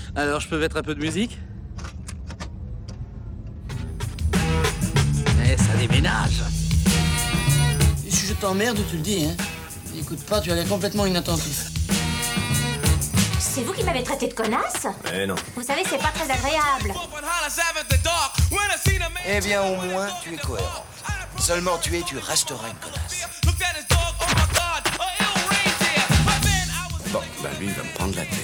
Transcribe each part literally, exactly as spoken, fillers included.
Alors, je peux mettre un peu de musique? Eh, ça déménage. Si je t'emmerde, tu le dis, hein. Écoute pas, tu as l'air complètement inattentif. C'est vous qui m'avez traité de connasse? Eh non. Vous savez, c'est pas très agréable. Eh bien, au moins, tu es cohérent. Seulement tu es, tu resteras une connasse. Bon, bah lui, il va me prendre la tête.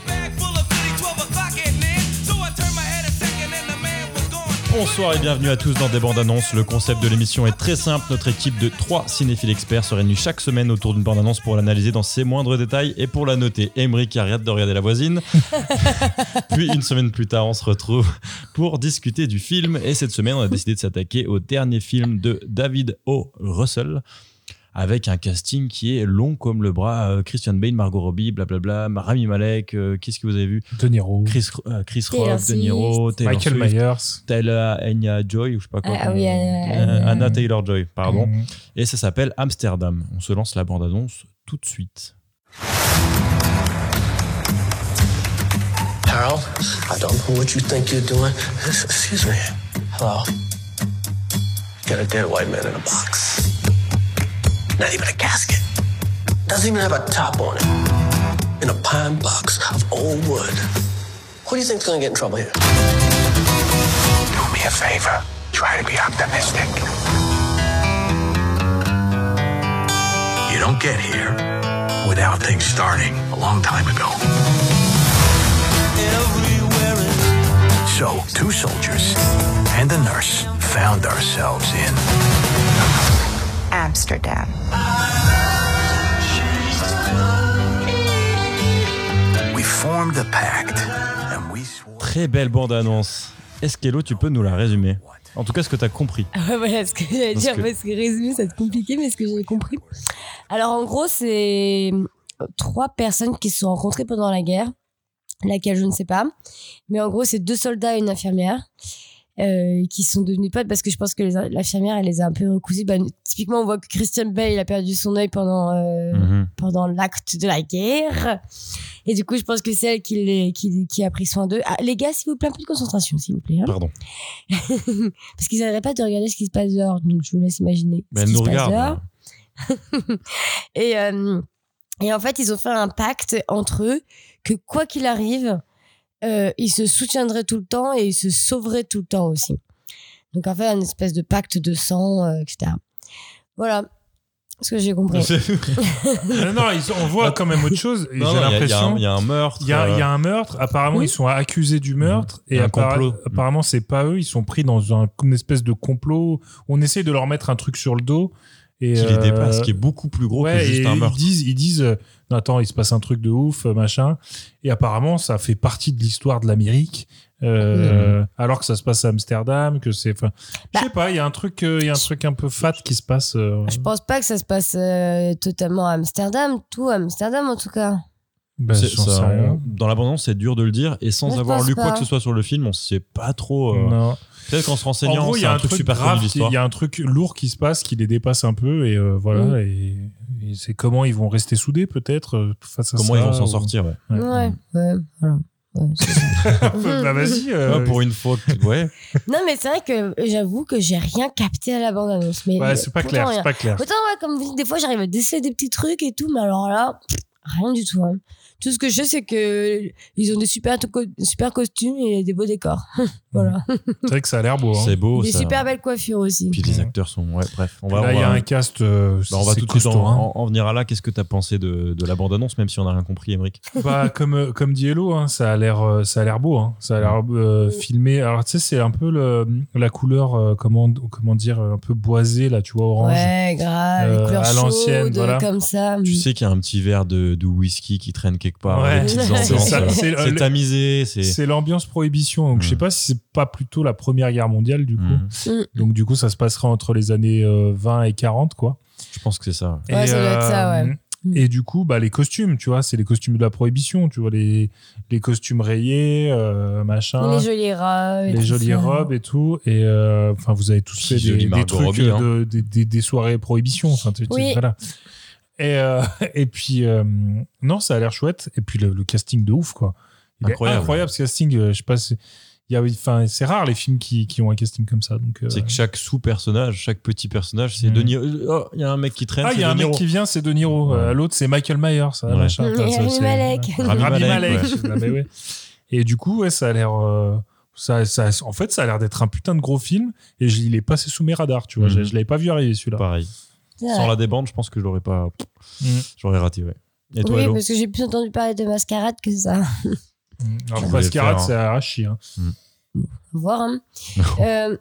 Bonsoir et bienvenue à tous dans Des bandes annonces. Le concept de l'émission est très simple. Notre équipe de trois cinéphiles experts se réunit chaque semaine autour d'une bande annonce pour l'analyser dans ses moindres détails et pour la noter. Emric arrête de regarder la voisine. Puis une semaine plus tard, on se retrouve pour discuter du film. Et cette semaine, on a décidé de s'attaquer au dernier film de David O. Russell, avec un casting qui est long comme le bras. euh, Christian Bale, Margot Robbie, blablabla, Rami Malek, euh, qu'est-ce que vous avez vu? De Niro, Chris, euh, Chris Taylor Rock, De Niro, Taylor Michael Swift, Myers, Taylor Anya Joy, ou je sais pas quoi. Ah, oui, euh, euh, euh, Anna Taylor-Joy, pardon. Mhm. Et ça s'appelle Amsterdam. On se lance la bande-annonce tout de suite. Harold, I don't know what you think you're doing. Excuse me. Hello. Got a dead white man in a box. Not even a casket. Doesn't even have a top on it. In a pine box of old wood. Who do you think's gonna get in trouble here? Do me a favor. Try to be optimistic. You don't get here without things starting a long time ago. So, two soldiers and a nurse found ourselves in Amsterdam. We formed a pact and we swore. Très belle bande-annonce. Est-ce qu'Hello, tu peux nous la résumer? En tout cas, ce que tu as compris. Ouais, voilà ce que j'allais Parce dire, que- parce que résumé, ça va être compliqué, mais ce que j'ai compris. Alors, en gros, c'est trois personnes qui se sont rencontrées pendant la guerre, laquelle je ne sais pas. Mais en gros, c'est deux soldats et une infirmière euh, qui sont devenus potes parce que je pense que les- l'infirmière, elle les a un peu recousus. Bah, typiquement, on voit que Christian Bale, il a perdu son œil pendant, euh, Mhm. pendant l'acte de la guerre. Et du coup, je pense que c'est elle qui, les, qui, qui a pris soin d'eux. Ah, les gars, s'il vous plaît, un peu de concentration, s'il vous plaît. Hein. Pardon. Parce qu'ils n'arrêtent pas de regarder ce qui se passe dehors. Donc, je vous laisse imaginer Ben, ce elle qui nous se passe regarde. dehors. et, euh, et en fait, ils ont fait un pacte entre eux que quoi qu'il arrive, euh, ils se soutiendraient tout le temps et ils se sauveraient tout le temps aussi. Donc, en fait, une espèce de pacte de sang, euh, et cetera. Voilà ce que j'ai compris. Non, non, ils- on voit quand même autre chose. Et Non, j'ai non, il y a- l'impression. Il y, a un meurtre. Il y, a, il y a euh, un meurtre. Apparemment, Oui. ils sont accusés du meurtre. Et Un appara- complot. apparemment, c'est pas eux. Ils sont pris dans un, une espèce de complot. On essaye de leur mettre un truc sur le dos. Et, qui les euh, dépasse, qui est beaucoup plus gros ouais, que juste et un ils meurtre. disent, ils disent euh, non, attends, il se passe un truc de ouf, euh, machin. Et apparemment, ça fait partie de l'histoire de l'Amérique. Euh, alors que ça se passe à Amsterdam, que c'est. enfin, Bah. je sais pas, il y a un truc, euh, il y a un truc un peu fat qui se passe. euh, Je pense pas que ça se passe euh, totalement à Amsterdam. Tout à Amsterdam, en tout cas. ben, C'est- j'en ça, sais rien. dans l'abondance, c'est dur de le dire. Et sans Moi, je avoir pense lu quoi pas. que ce soit sur le film, on sait pas trop. euh, Non. Peut-être qu'en se renseignant, En gros, il y c'est a un, un truc truc super grave, connu de qui- l'histoire. il y a un truc lourd qui se passe, qui les dépasse un peu, et euh, voilà. Mm. Et, et c'est comment ils vont rester soudés, peut-être, euh, face à Comment ça. ils vont s'en ou- sortir, ouais. Ouais. Ouais, ouais, voilà. Ouais, c'est ça. Bah vas-y. euh, Ouais, pour une fois, que- ouais. Non, mais c'est vrai que j'avoue que j'ai rien capté à la bande-annonce. Mais ouais, c'est pas pourtant, clair, rien. c'est pas clair. Autant, ouais, comme vous dites, des fois, j'arrive à déceler des petits trucs et tout, mais alors là, pff, rien du tout. Hein. Tout ce que je sais, c'est que ils ont des super, co- super costumes et des beaux décors. Voilà. C'est vrai que ça a l'air beau. Hein. C'est beau. Des ça. super belles coiffures aussi. Puis les acteurs sont. Ouais, bref. On va, Là, on il y va- a un cast. euh, bah, on va c'est tout de suite costaud, en, hein. en- en venir à là. Qu'est-ce que tu as pensé de, de la bande-annonce, même si on n'a rien compris, Emric? Bah, comme, euh, comme dit Hello, hein, ça a l'air, euh, ça a l'air beau. Hein. Ça a l'air euh, filmé. Alors, tu sais, c'est un peu le, la couleur, euh, comment, comment dire, un peu boisée, là, tu vois, orange. Ouais, grave. Euh, les couleurs à l'ancienne, chaudes, voilà. comme ça. Tu sais qu'il y a un petit verre de, de whisky qui traîne quelque part. Ouais, des petites c'est ambiances, ça, euh, c'est- C'est le- tamisé. C'est. C'est l'ambiance prohibition. Donc, je sais Mm. pas si c'est pas plutôt la Première Guerre mondiale, du coup. Mhm. Mm. Donc, du coup, ça se passerait entre les années euh, vingt et quarante, quoi. Je pense que c'est ça. Ouais, ça doit être ça, ouais. Et du coup, bah, les costumes, tu vois, c'est les costumes de la prohibition, tu vois, les, les costumes rayés, euh, machin. Les jolies robes. et les tout jolies ça. robes et tout. Et euh, enfin, vous avez tous Puis fait des, jolie des Margot trucs, Robbie, hein. de, des, des, des soirées prohibition. Enfin, tu- tu- Oui. voilà. Et, euh, et puis, euh, non, ça a l'air chouette. Et puis, le, le casting de ouf, quoi. Il Incroyable. est incroyable ce casting. euh, Je sais pas, c'est, il y a, enfin, c'est rare les films qui, qui ont un casting comme ça. Donc, euh, C'est que chaque sous-personnage, chaque petit personnage, c'est Mm. De Niro. Oh, il y a un mec qui traîne. ah, c'est il y a De un mec Niro. qui vient, c'est De Niro. Ouais. Euh, L'autre, c'est Michael Myers. Ça, Ouais. machin. Enfin, Et ça, Rami c'est- Malek. Rami Rami Malek, Malek. ouais. je sais pas, mais ouais. Et du coup, ouais, ça a l'air. euh, ça, ça, en fait, ça a l'air d'être un putain de gros film. Et je, il est passé sous mes radars, tu vois. Mhm. Je, je l'avais pas vu arriver celui-là. Pareil. C'est Sans vrai. la débande, je pense que je l'aurais pas. Mm. J'aurais raté, ouais. Et toi, Oui, Hello parce que j'ai plus entendu parler de Mascarade que ça. Mm. Alors, voulais Mascarade, le faire, c'est arrachi. Hein. Voir. Hein. euh,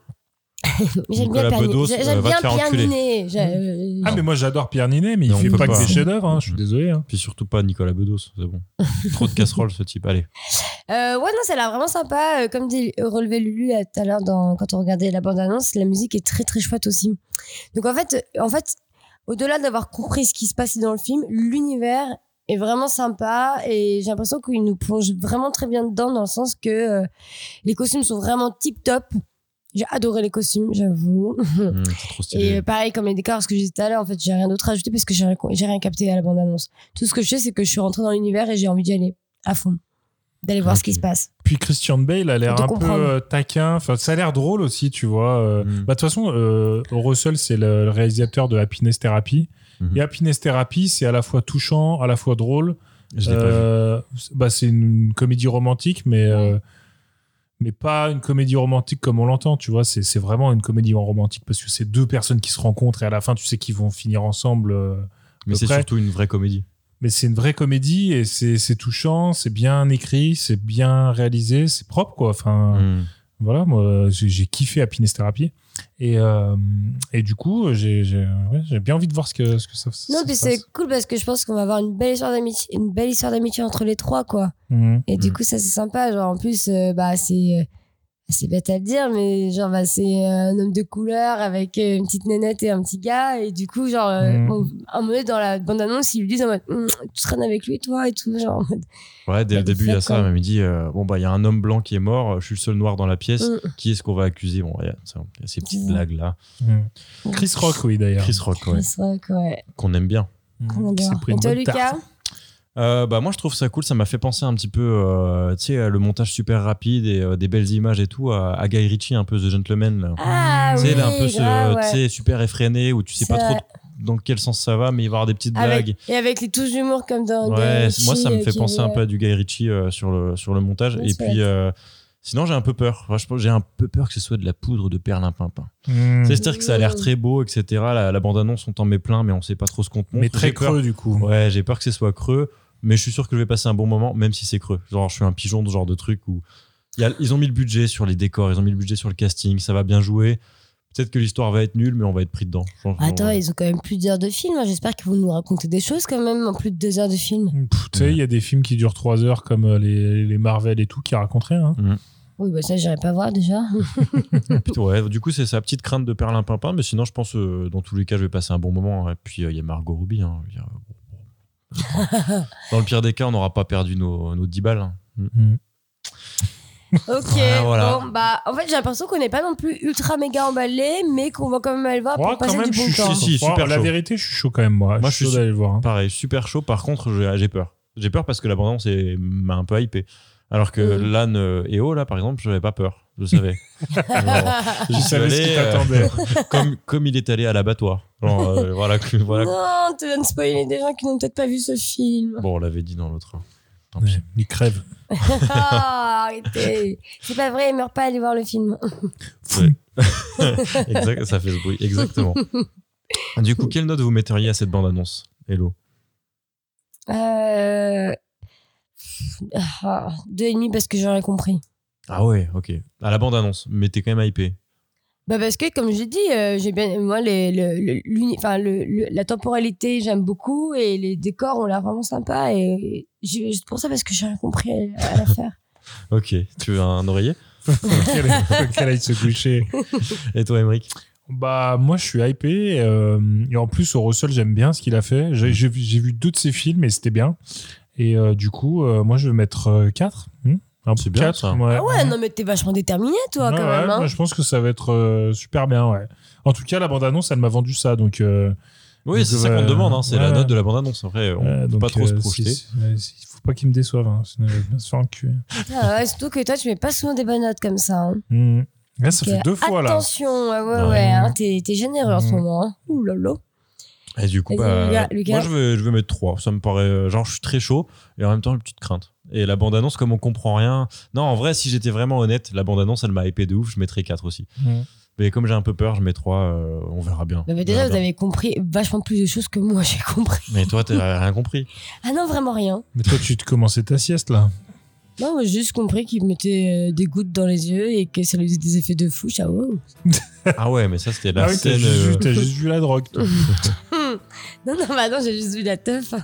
J'aime Nicolas bien, Bedos, Pierre, euh, j'aime va bien te faire Pierre enculer. Ninet. J'ai- euh, Ah, mais moi, j'adore Pierre Ninet, mais il Mais on fait peut pas, pas. que des chefs-d'œuvre. Hein. Je suis désolé. Hein. Puis surtout pas Nicolas Bedos, c'est bon. Trop de casseroles, ce type. Allez. Euh, ouais, non, ça a l'air vraiment sympa. Euh, Comme dit relevé Lulu euh, tout à l'heure dans- quand on regardait la bande-annonce, la musique est très très chouette aussi. Donc en fait, euh, en fait au-delà d'avoir compris ce qui se passait dans le film, l'univers est vraiment sympa et j'ai l'impression qu'il nous plonge vraiment très bien dedans dans le sens que euh, les costumes sont vraiment tip-top. J'ai adoré les costumes, j'avoue. Mmh, c'est trop stylé. Et euh, pareil, comme les décors, ce que je disais tout à l'heure, en fait, j'ai rien d'autre à ajouter parce que j'ai rien, j'ai rien capté à la bande-annonce. Tout ce que je sais, c'est que je suis rentrée dans l'univers et j'ai envie d'y aller à fond. D'aller voir Ok. ce qui se passe. Puis Christian Bale a l'air De un comprendre. peu euh, taquin. Enfin, ça a l'air drôle aussi, tu vois. euh. Mm. Bah, de toute façon, euh, Russell, c'est le, le réalisateur de Happiness Therapy. Mhm. Et Happiness Therapy, c'est à la fois touchant, à la fois drôle. Je l'ai pas vu. Euh, bah, c'est une comédie romantique, mais, euh, mais pas une comédie romantique comme on l'entend, tu vois. C'est, c'est vraiment une comédie romantique parce que c'est deux personnes qui se rencontrent et à la fin, tu sais qu'ils vont finir ensemble. euh, Mais peu c'est près. surtout une vraie comédie. Mais c'est une vraie comédie et c'est, c'est touchant, c'est bien écrit, c'est bien réalisé, c'est propre, quoi. Enfin, Mmh. voilà, moi, j'ai, j'ai kiffé Happiness Therapy. Et, euh, et du coup, j'ai, j'ai, ouais, j'ai bien envie de voir ce que, ce que ça, ça Non, se puis passe. c'est cool parce que je pense qu'on va avoir une belle histoire d'amitié, une belle histoire d'amitié entre les trois, quoi. Mhm. Et du Mhm. coup, ça, c'est sympa. Genre, en plus, euh, bah, c'est, euh, c'est bête à le dire, mais genre, bah, c'est un homme de couleur avec euh, une petite nénette et un petit gars. Et du coup, genre, euh, Mhm. bon, à un moment donné, dans la bande-annonce, ils lui disent en mode, Hum, tu traînes avec lui, toi, et tout. Genre, en mode, Ouais, dès Il y a le des début, il y a faits, ça. quoi. Elle m'a dit euh, bon, bah, il y a un homme blanc qui est mort, je suis le seul noir dans la pièce. Mm. Qui est-ce qu'on va accuser Bon, il y a, ça, il y a ces petites Mm. blagues-là. Mhm. Chris Rock, oui, d'ailleurs. Chris Rock, ouais, Chris Rock, ouais. qu'on aime bien. Mhm. On Qui s'est adore. pris Et une toi, bonne Lucas tarte. Euh, bah, moi, je trouve ça cool. Ça m'a fait penser un petit peu, euh, tu sais, le montage super rapide et euh, des belles images et tout à, à Guy Ritchie, un peu The Gentleman. Là. Ah, Tu sais, oui, il est un peu ce- grave, ouais. tu sais, super effréné où tu sais C'est pas trop vrai. dans quel sens ça va, mais il va y avoir des petites blagues. Avec, et avec les touches d'humour comme dans Ouais, Guy moi ça me Ritchie, fait euh, penser qui- un peu à du Guy Ritchie euh, sur le sur le montage. Ouais, Et c'est puis euh, sinon j'ai un peu peur. Franchement, j'ai un peu peur que ce soit de la poudre de perlimpinpin. Mhm. C'est-à-dire que ça a l'air très beau, et cetera. La, la bande-annonce on t'en met plein, mais on sait pas trop ce qu'on te montre. Mais très J'ai peur- creux, du coup. Ouais, j'ai peur que ce soit creux, mais je suis sûr que je vais passer un bon moment, même si c'est creux. Genre je suis un pigeon de ce genre de truc où il y a- ils ont mis le budget sur les décors, ils ont mis le budget sur le casting, ça va bien jouer. Peut-être que l'histoire va être nulle, mais on va être pris dedans. Genre, Attends, genre, ils ont quand même plus d'heures de film. hein. J'espère qu'ils vont nous raconter des choses quand même en plus de deux heures de film. Pff, tu sais, il y a des films qui durent trois heures comme euh, les, les Marvel et tout qui racontent rien. Hein. Oui, bah ça, j'irai pas voir déjà. Putain, ouais, du coup, c'est sa petite crainte de perlimpinpin, mais sinon, je pense, euh, dans tous les cas, je vais passer un bon moment. Et puis, euh, il y a Margot Robbie. Hein, je veux dire, bon, bon. Dans le pire des cas, on n'aura pas perdu nos, nos dix balles. hein. Mhm. Ok, Voilà, voilà. bon, bah en fait, j'ai l'impression qu'on n'est pas non plus ultra méga emballé, mais qu'on va quand même aller le voir Ouais, pour passer quand même, du je bon suis temps. chaud. Si, si, Ouais, super La chaud. vérité, je suis chaud quand même, moi. Moi, je suis je chaud suis d'aller le voir. hein. Pareil, super chaud. Par contre, j'ai j'ai peur. J'ai peur parce que la bande-annonce est- m'a un peu hypé. Alors que Mhm. l'âne euh, et O, là, par exemple, je n'avais pas peur. Je savais. Genre, Je j'y suis savais ce allé, qui euh, t'attendait. comme, comme il est allé à l'abattoir. Genre, euh, voilà, que- voilà. Non, tu viens de spoiler des gens qui n'ont peut-être pas vu ce film. Bon, on l'avait dit dans l'autre. Tant pis. Ouais, il crève. Ah, arrêtez. C'est pas vrai, il meurt pas à aller voir le film. Exact, ça fait ce bruit, exactement. Du coup, quelle note vous metteriez à cette bande-annonce, Hello? Euh... ah, deux et demi parce que j'aurais compris. Ah ouais, ok. À la bande-annonce, mais t'es quand même hypé. Bah parce que comme j'ai dit, euh, j'ai bien moi les, le, le, l'uni- enfin, le, le- la temporalité j'aime beaucoup et les décors ont l'air vraiment sympas et j'ai- c'est pour ça parce que j'ai rien compris à, à l'affaire. Ok, tu veux un oreiller? Qu'elle aille- qu'elle aille se coucher. Et toi, Émeric? Bah, moi, je suis hypé. euh, et en plus, au Russell, j'aime bien ce qu'il a fait. J'ai, j'ai, vu- j'ai vu deux de ses films et c'était bien. Et euh, du coup, euh, moi, je vais mettre quatre. Hmm Un C'est peu bien, quatre, ça. ouais. Ah ouais, non mais t'es vachement déterminé toi Ouais, quand ouais, même. Hein. moi, je pense que ça va être euh, super bien, ouais. En tout cas, la bande-annonce, elle m'a vendu ça. Donc, euh, Oui, Donc, c'est ça euh, qu'on te demande, hein, c'est la ouais. note de la bande-annonce. Après, on euh, peut donc, pas trop euh, se projeter. si- si- Il faut pas qu'ils me déçoivent. Hein. Sinon, il va bien se faire enculer. Ah ouais, surtout que toi, tu mets pas souvent des bonnes notes comme ça. Hein. Mmh. Là, ça Donc, fait deux fois, là. Attention, ouais, ouais, Ouais. ouais hein, t'es, t'es généreux en ce Mmh. moment. Hein. Ouh là là. Et du coup, Vas-y, bah, Lucas, Lucas. moi, je vais, je vais mettre trois. Ça me paraît. euh, Genre, je suis très chaud et en même temps, une petite crainte. Et la bande-annonce, comme on comprend rien. Non, en vrai, si j'étais vraiment honnête, la bande-annonce, elle m'a hypé de ouf. Je mettrais quatre aussi. Mmh. Mais comme j'ai un peu peur, je mets trois. euh, on verra bien. Mais On déjà, verra vous bien. avez compris vachement plus de choses que moi, j'ai compris. Mais toi, t'as rien compris. Ah non, vraiment rien. Mais toi, tu te commençais ta sieste, là. Non, moi, j'ai juste compris qu'il mettait euh, des gouttes dans les yeux et que ça lui faisait des effets de fou. Ah, wow. Ah ouais, mais ça, c'était la ah oui, t'as scène. juste, euh, vu, t'as juste vu la drogue, toi. Non, non, bah non, j'ai juste vu la teuf.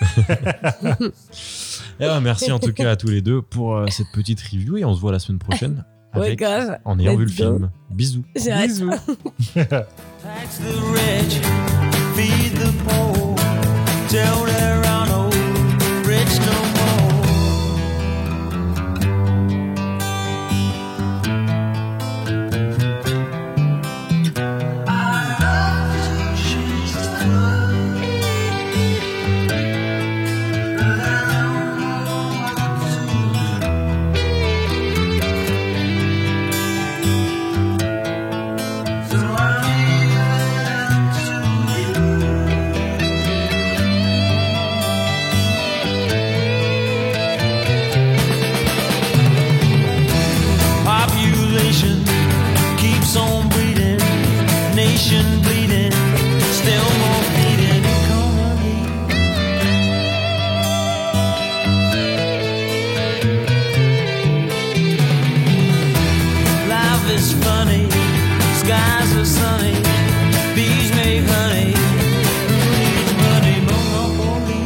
Eh ben, merci en tout cas à tous les deux pour euh, cette petite review et on se voit la semaine prochaine Ouais, avec, grave. en ayant vu le Let's go. film. Bisous. J'ai hâte. Bisous. Tax the rich, feed the poor, till there are no rich no more. Population keeps on breeding, nation bleeding, still more bleeding economy. Life is funny, skies are sunny, bees make honey. Who needs money? Monopoly.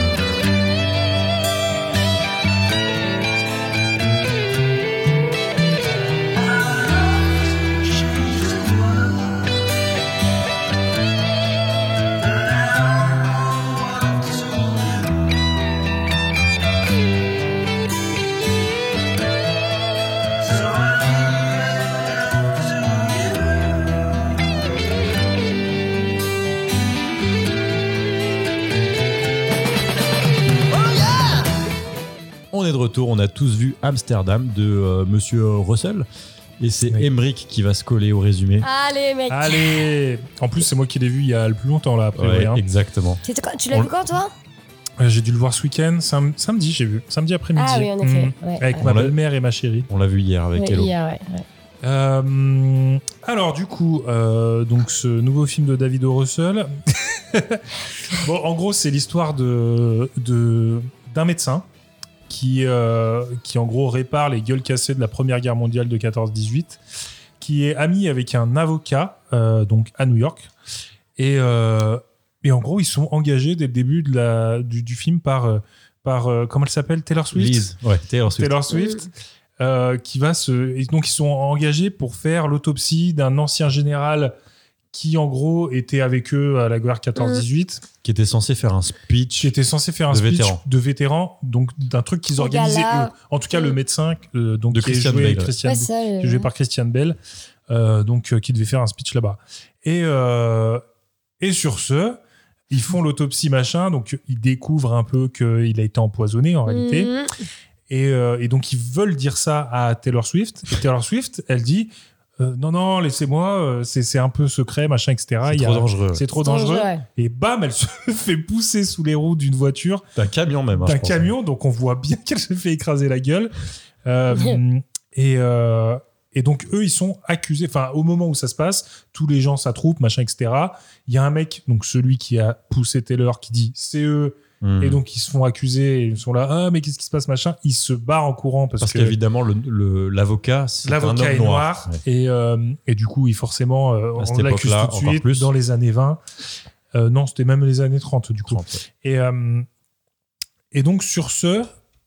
On est de retour, on a tous vu Amsterdam de euh, Monsieur Russell et c'est Oui. Emmerich qui va se coller au résumé. Allez, mec. Allez. En plus, c'est moi qui l'ai vu il y a le plus longtemps, là, après. Ouais, hein. exactement. C'était quand- Tu l'as On- vu quand, toi Euh, J'ai dû le voir ce week-end. Sam- samedi, j'ai vu. Samedi après-midi. Ah oui, en effet. Mmh. Ouais, Avec ouais. ma On l'a- belle-mère et ma chérie. On l'a vu hier avec Ouais, Hello. hier, ouais, ouais. Euh, alors du coup, euh, donc ce nouveau film de David O. Russell. Bon, en gros, c'est l'histoire de de d'un médecin qui euh, qui en gros répare les gueules cassées de la Première Guerre mondiale de quatorze dix-huit, qui est ami avec un avocat euh, donc à New York et euh, et en gros ils sont engagés dès le début de la du, du film par euh, par euh, comment elle s'appelle Taylor Swift. Liz, ouais, Taylor Swift. Taylor Swift, euh, qui va se. Et donc, ils sont engagés pour faire l'autopsie d'un ancien général qui, en gros, était avec eux à la guerre quatorze dix-huit, Qui était censé faire un speech. qui était censé faire un De speech vétéran. de vétéran, donc d'un truc qu'ils Au organisaient gala. eux. En tout cas, Mm. le médecin, euh, donc, De qui est Christian joué, Bale, ouais. Christian Ouais, Bale, ça, le- qui est joué par Christian Bale, euh, donc, euh, qui devait faire un speech là-bas. Et, euh, et sur ce, ils font l'autopsie, machin, donc ils découvrent un peu qu'il a été empoisonné en réalité. Mhm. Et, euh, et donc, ils veulent dire ça à Taylor Swift. Et Taylor Swift, elle dit euh, non, non, laissez-moi, euh, c'est, c'est un peu secret, machin, et cetera. C'est Il y a- trop dangereux. C'est trop C'est dangereux. dangereux, ouais. Et bam, elle se fait pousser sous les roues d'une voiture, D'un camion même. hein, je d'un pense. camion. Donc, on voit bien qu'elle se fait écraser la gueule. Euh, et, euh, et donc, eux, ils sont accusés. Enfin, au moment où ça se passe, tous les gens s'attroupent, machin, et cetera. Il y a un mec, donc celui qui a poussé Taylor, qui dit c'est eux. Hmm. Et donc, ils se font accuser. Et ils sont là, ah, mais qu'est-ce qui se passe, machin. Ils se barrent en courant parce, Parce que qu'évidemment, le, le- l'avocat, c'est un l'avocat homme est noir. Ouais. Et, euh, et du coup, il forcément, euh, À cette on l'accuse époque-là, tout de encore suite plus. dans les années vingt. Euh, non, c'était même les années trente, du coup. trente, ouais. Et, euh, et donc, sur ce,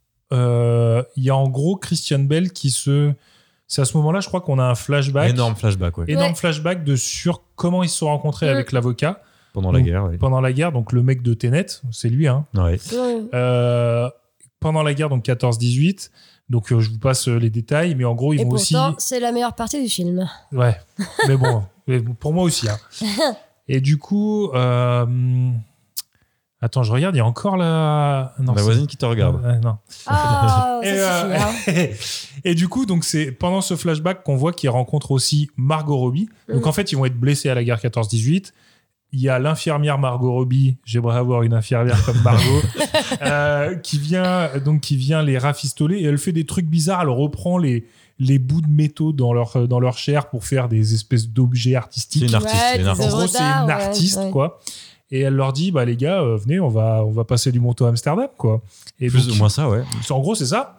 euh, il y a en gros Christian Bale qui se. C'est à ce moment-là, je crois qu'on a un flashback. Énorme flashback, ouais. énorme Ouais. flashback de sur comment ils se sont rencontrés Mm. avec l'avocat Pendant la Donc, guerre, ouais. pendant la guerre. Donc, le mec de Tenet, c'est lui, hein. Ouais. Ouais. Euh, pendant la guerre, donc quatorze dix-huit. Donc, euh, je vous passe euh, les détails, mais en gros, ils Et vont aussi. pourtant, c'est la meilleure partie du film. Ouais, mais bon, mais pour moi aussi. Hein. Et du coup, euh, Attends, je regarde, il y a encore la. Non, La c'est- voisine qui te regarde. Euh, non. Ah, Et, ça suffit, euh, hein. et du coup, donc c'est pendant ce flashback qu'on voit qu'il rencontre aussi Margot Robbie. Donc Mm. en fait, ils vont être blessés à la guerre quatorze dix-huit. Il y a l'infirmière Margot Robbie, j'aimerais avoir une infirmière comme Margot, euh, qui vient donc qui vient les rafistoler et elle fait des trucs bizarres. Elle reprend les les bouts de métaux dans leur dans leur chair pour faire des espèces d'objets artistiques. C'est une artiste, Ouais, c'est une des En artiste. œuvres gros, c'est d'art, une ouais, artiste, ouais. quoi. Et elle leur dit, bah les gars, euh, venez, on va, on va passer du Monto à Amsterdam, quoi. Et Plus donc, ou moins ça, ouais. en gros, c'est ça.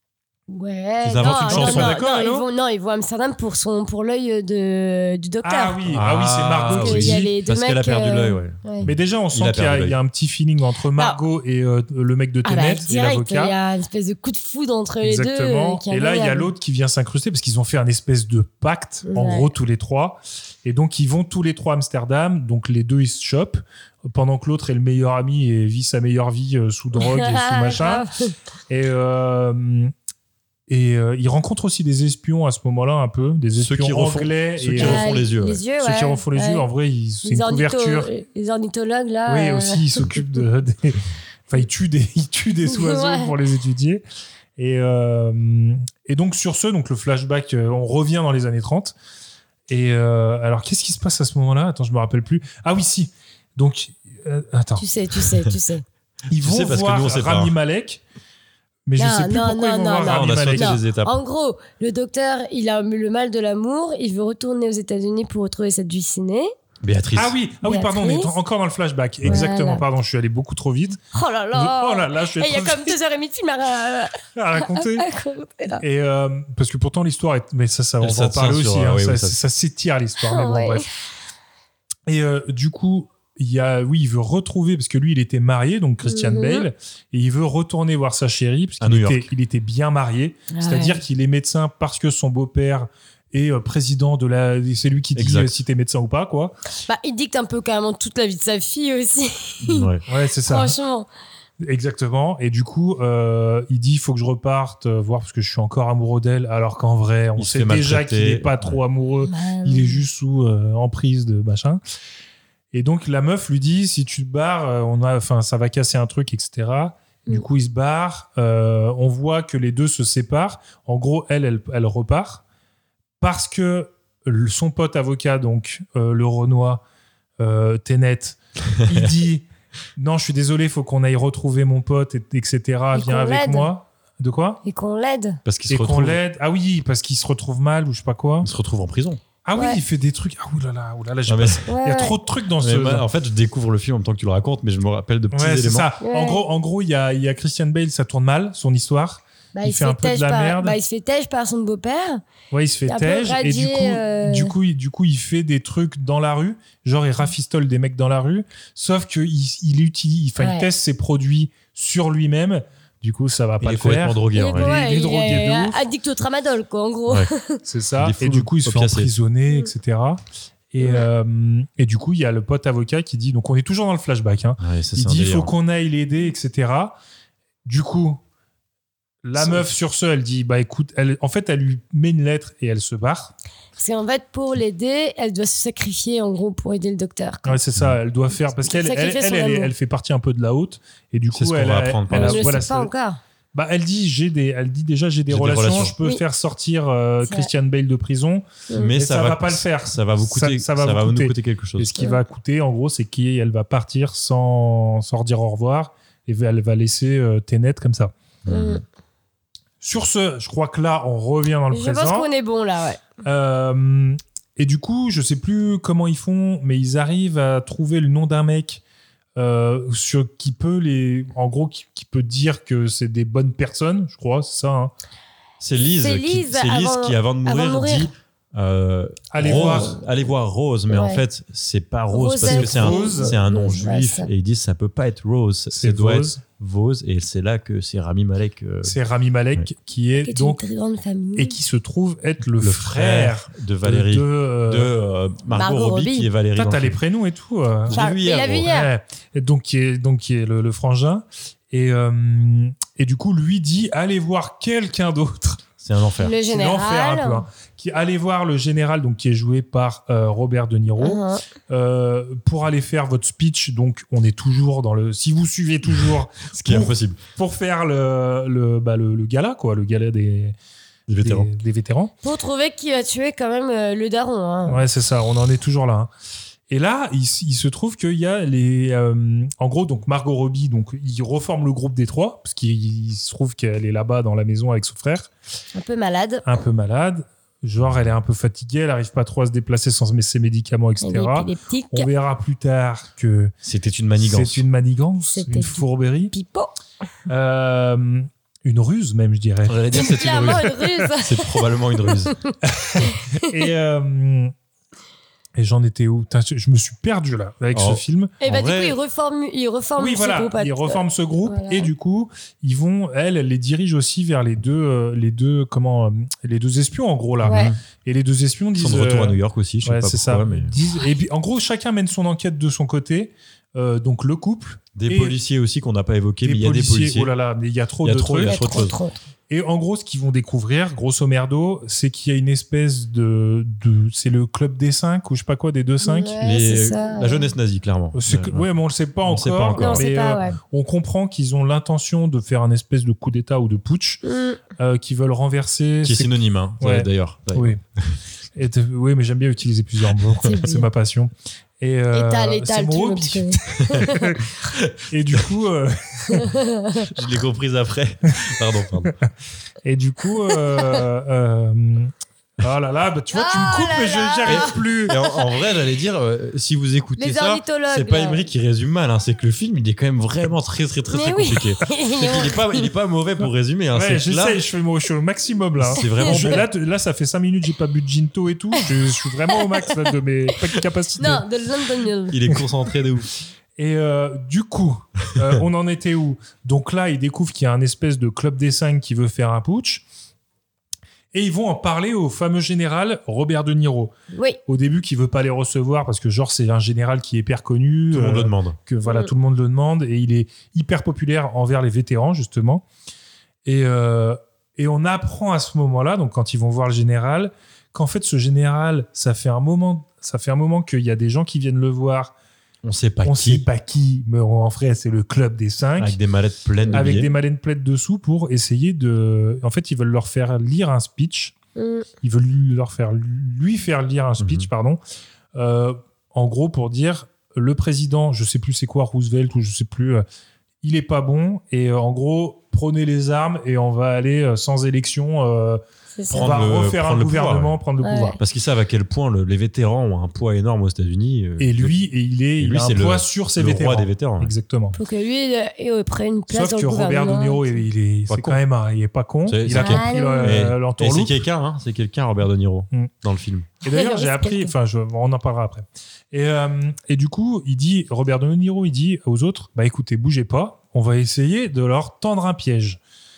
Ouais. Ils inventent non, une non, chanson. non, D'accord, non, ils Hello vont, non, ils vont à Amsterdam pour, son, pour l'œil de, du docteur. Ah oui, ah oui, c'est Margot Parce qui qu'il y a dit. les deux Parce qu'elle a mecs, perdu euh, l'œil, ouais. ouais. Mais déjà, on Il sent a qu'il y, a- perdu il y a un petit feeling entre Margot et euh, le mec de Ah bah, Tenet et direct, il y l'avocat. a une espèce de coup de foudre entre les deux. Exactement. euh, qui est Et là, il y a incroyable. l'autre qui vient s'incruster parce qu'ils ont fait un espèce de pacte, en Ouais. gros, tous les trois. Et donc, ils vont tous les trois à Amsterdam. Donc, les deux, ils se chopent. Pendant que l'autre est le meilleur ami et vit sa meilleure vie euh, sous drogue et sous machin. Grave. Et, euh, et euh, il rencontre aussi des espions à ce moment-là, un peu. Des Ceux espions qui refont- anglais. ceux et, qui euh, refont les yeux, ouais. Les yeux, ceux qui ouais, refont les ouais. yeux, en vrai, ils- c'est Les une ornitho- couverture. Les ornithologues, là. Oui, euh, aussi, ils s'occupent de. Des... Enfin, ils tuent des, ils tuent des oiseaux Ouais. pour les étudier. Et, euh, et donc, sur ce, donc, le flashback, euh, on revient dans les années trente. Et euh, alors, qu'est-ce qui se passe à ce moment-là? Attends, je me rappelle plus. Ah oui, si. Donc, euh, attends. Tu sais, tu sais, tu sais. Ils Tu vont sais, parce que voir nous, on sait pas, Rami hein. Malek. Mais je Non, sais plus non, pourquoi non, ils vont non, voir non. Rami on a sauté Malek. Non. des étapes. En gros, le docteur, il a le mal de l'amour, il veut retourner aux États-Unis pour retrouver cette vie ciné. Béatrice. Ah oui, ah oui, pardon, on est Béatrice. encore dans le flashback. Exactement, Voilà. pardon, je suis allé beaucoup trop vite. Oh là là Oh là là, je suis Et il y a trop comme deux heures et demie de film à, à raconter. à raconter, là. Et euh, parce que pourtant l'histoire est, mais ça, ça on Elle va en parler s'attient aussi. sur, hein, euh, oui, ça, oui, ça- ça s'étire l'histoire. Mais bon, Ouais. bref. Et euh, du coup, il y a, oui, il veut retrouver parce que lui, il était marié, donc Christian Mhm. Bale, et il veut retourner voir sa chérie parce À qu'il New était, York. il était bien marié. Ouais. C'est-à-dire qu'il est médecin parce que son beau-père est euh, président de la. C'est lui qui dit Exact. euh, si t'es médecin ou pas, quoi. Bah, il dicte un peu carrément toute la vie de sa fille aussi. Ouais. Ouais, c'est ça. Franchement. Exactement. Et du coup, euh, il dit il faut que je reparte euh, voir parce que je suis encore amoureux d'elle, alors qu'en vrai, on Il se sait fait déjà maltraiter. qu'il n'est pas trop amoureux. Bah, Il est juste sous euh, emprise de machin. Et donc la meuf lui dit si tu te barres, euh, on a, enfin ça va casser un truc, et cetera. Du Mm. coup il se barre. Euh, on voit que les deux se séparent. En gros, elle, elle, elle repart parce que le- son pote avocat, donc euh, le Renoir euh, Tenet, il dit non, je suis désolé, faut qu'on aille retrouver mon pote, et, etc. Et Viens qu'on avec l'aide. moi. De quoi? Et qu'on l'aide. Parce qu'il Et se qu'on retrouve, l'aide. Ah oui, parce qu'il se retrouve mal ou je sais pas quoi. il se retrouve en prison. Ah oui, Ouais. il fait des trucs. Ah oulala, oulala, j'ai Non, mais- pas- Ouais, il y a ouais. trop de trucs dans Mais ce. moi, en fait, je découvre le film en même temps que tu le racontes, mais je me rappelle de petits Ouais, c'est éléments. ça. Ouais. En gros, en gros, il y a, il y a Christian Bale, ça tourne mal, son histoire. Bah, Il se fait un peu de tège la par, merde. Bah, il se fait tège par son beau-père. Ouais, il se fait Un peu tège et du radié, coup, euh. du coup, il, du coup, il fait des trucs dans la rue, genre il rafistole des mecs dans la rue. Sauf que il, il utilise, enfin, Ouais. il teste ses produits sur lui-même. Du coup, ça va Il pas est le complètement faire. drogué. Il en est, vrai. ouais, il est il drogué est de ouf. addict au tramadol, quoi, en gros. Ouais. C'est ça. Il est Et full du coup, il se fait opiacé. emprisonner, Mm. et cetera. Et, euh, et du coup, il y a le pote avocat qui dit, donc on est toujours dans le flashback, hein. Ouais, ça, Il c'est un dit il délire. faut qu'on aille l'aider, et cetera. Du coup, la Ça- meuf sur ce, elle dit bah écoute, elle, en fait, elle lui met une lettre et elle se barre. C'est en fait, pour l'aider, elle doit se sacrifier, en gros, pour aider le docteur. quoi. Ouais, c'est ça, elle doit faire parce qu'elle elle, Sacrifier elle, son elle, amour. elle fait partie un peu de la haute et du C'est coup ce qu'on elle va a- apprendre par elle la a- On ne le voilà, sait pas c'est- encore. bah elle dit j'ai des elle dit déjà j'ai des J'ai des relations, relations. je peux Oui. faire sortir euh, C'est Christian Bale de prison. Mais Mais ça, ça va, va pas le faire. Ça va vous Ça- coûter, ça ça va va, vous nous coûter. coûter quelque Et chose. ce qui va coûter en gros c'est qu'elle va partir sans sans dire au revoir et elle va laisser euh, Tenet comme ça. Mm. Sur ce, je crois que là on revient dans le Je présent. pense qu'on est bon, là, ouais. Euh, et du coup, je sais plus comment ils font, mais ils arrivent à trouver le nom d'un mec euh, sur, qui peut les, en gros, qui, qui peut dire que c'est des bonnes personnes, je crois, c'est ça. Hein. C'est Lise, C'est qui, Lise c'est Lise avant- qui, avant de avant mourir, de mourir. dit euh, Allez Rose, voir. allez voir Rose, mais en Ouais. fait, c'est pas Rose parce Rosette. que c'est un, Rose. c'est un nom Rose, ouais, juif ça. et ils disent ça peut pas être Rose, ça C'est doit Vose. être Vose et c'est là que c'est Rami Malek. euh, C'est Rami Malek Ouais. qui est Qui est donc une très grande famille. et qui se trouve être le, le frère, frère de Valérie, de. de, euh, euh, Margot, Margot Robbie, Robbie. qui est Valérie. Toi, dans t'as le les film. prénoms et tout. euh. Je l'ai Enfin, vu il hier, l'a vu gros. hier. Ouais. Et donc qui est donc qui est le, le frangin et euh, et du coup lui dit allez voir quelqu'un d'autre. C'est C'est un enfer. Le C'est général. l'enfer un peu. Hein. Qui allez voir le général, donc qui est joué par euh, Robert De Niro, Uh-huh. euh, pour aller faire votre speech. Donc on est toujours dans le. Si vous suivez toujours, Ce qui est pour, impossible. pour faire le le, bah, le le gala quoi, le gala des Les vétérans. des, des vétérans. Pour trouver qui a tué quand même euh, le daron. Hein. Ouais, c'est ça. On en est toujours là. Hein. Et là, il, s- il se trouve qu'il y a les. euh, en gros, donc Margot Robbie, donc il reforme le groupe des trois parce qu'il il se trouve qu'elle est là-bas dans la maison avec son frère, Un peu malade. un peu malade. Genre, elle est un peu fatiguée, elle arrive pas trop à se déplacer sans ses médicaments, et Elle est cetera. épileptique. On verra plus tard que C'était une manigance. c'est une manigance, C'était une du- fourberie, Pipo. euh, une ruse même, je dirais. J'allais dire c'est une Clairement ruse. une ruse. C'est probablement une ruse. Et, euh, et j'en étais où? Putain, je je me suis perdu là avec Oh. ce film. Et bah En du vrai- coup, il reforme, il reforme Oui, ce voilà, groupe. ils reforment ce groupe Voilà. et du coup, ils vont, elle, elle les dirige aussi vers les deux, euh, les deux, comment, euh, les deux espions en gros là. Ouais. Et les deux espions Ils disent. sont de retour euh, à New York aussi, je sais ouais, pas c'est pourquoi, ça. mais Disent- et puis, en gros, chacun mène son enquête de son côté. Euh, donc le couple, des et policiers aussi qu'on n'a pas évoqué, mais des il y a des policiers. policiers. Oh là là, mais il y a trop Il y a de trop, il y trucs. a trop de Trop, choses. trop. Et en gros, ce qu'ils vont découvrir, grosso merdo, c'est qu'il y a une espèce de, de c'est le club des cinq ou je sais pas quoi, des deux cinq. Ouais, Les- c'est ça. La jeunesse nazie, clairement. C'est que- Ouais, ouais, mais on le sait pas On encore. le sait pas encore. Non, c'est mais, pas, euh, ouais. on comprend qu'ils ont l'intention de faire un espèce de coup d'état ou de putsch, Mm. euh, qu'ils veulent renverser. Qui est c'est- synonyme, hein, Ouais. d'ailleurs. Oui. Et de- oui, mais j'aime bien utiliser plusieurs mots. C'est C'est bien. ma passion. Et euh, Étal, c'est étal, mon tout le monde hobby. se connaît. Et du coup, euh, Je l'ai comprise après. Pardon, pardon. et du coup, euh, euh, oh là là, bah, tu vois, tu Oh me coupes, là mais je là. j'y arrive plus. Et en, en vrai, j'allais dire, euh, si vous écoutez Les ça, ornithologues, c'est pas là. Emery qui résume mal, hein, c'est que le film, il est quand même vraiment très, très, très, Mais très oui. compliqué. C'est qu'il est pas, il est pas mauvais pour résumer. Hein, Ouais, c'est que là, j'essaie, je fais mon, je suis au maximum là. hein. c'est vraiment Je- bon. là, t- là, ça fait cinq minutes, j'ai pas bu de ginto et tout. Je, je suis vraiment au max là, de mes capacités. Non, de London Mill. Il est concentré de ouf. Et euh, du coup, euh, on en était où? Donc là, ils découvrent qu'il y a un espèce de club des cinq qui veut faire un putsch. Et ils vont en parler au fameux général Robert De Niro. Oui. Au début, qui veut pas les recevoir parce que genre c'est un général qui est hyper connu, Tout le monde euh, le demande. que voilà Mm. tout le monde le demande et il est hyper populaire envers les vétérans justement. Et euh, et on apprend à ce moment-là, donc quand ils vont voir le général, qu'en fait ce général, ça fait un moment, ça fait un moment qu'il y a des gens qui viennent le voir. On sait pas on qui. sait pas qui, mais en vrai c'est le club des cinq. Avec des mallettes pleines de Avec billets. des malines pleines dessous pour essayer de. En fait, ils veulent leur faire lire un speech. Mm. Ils veulent lui- leur faire lui faire lire un speech, Mhm. pardon. Euh, en gros, pour dire le président, je sais plus c'est quoi Roosevelt ou je sais plus, euh, il est pas bon et euh, en gros prenez les armes et on va aller euh, sans élection. euh, C'est ça. on va Prendre le- refaire prendre un le gouvernement, pouvoir, ouais. prendre le Ouais. pouvoir. Parce qu'ils savent à quel point le- les vétérans ont un poids énorme aux États-Unis. euh, Et le- lui, et il est, et il lui, a un c'est le- poids sur ses le vétérans. roi des vétérans. ouais. Exactement. Faut que lui il, il prenne une place Sauf dans que le Robert De gouvernement. Niro, il, il est, Pas c'est con. quand même, un- il est pas con. C'est- Il c'est a quel- compris Et, le- et c'est l'entourloupe. quelqu'un, hein, c'est quelqu'un, Robert De Niro, Mm. dans le film. Et d'ailleurs, j'ai C'est appris, quelqu'un. enfin, je- on en parlera après. Et, euh, et du coup, il dit, Robert De Niro, il dit aux autres, bah écoutez, bougez pas, on va essayer de leur tendre un piège.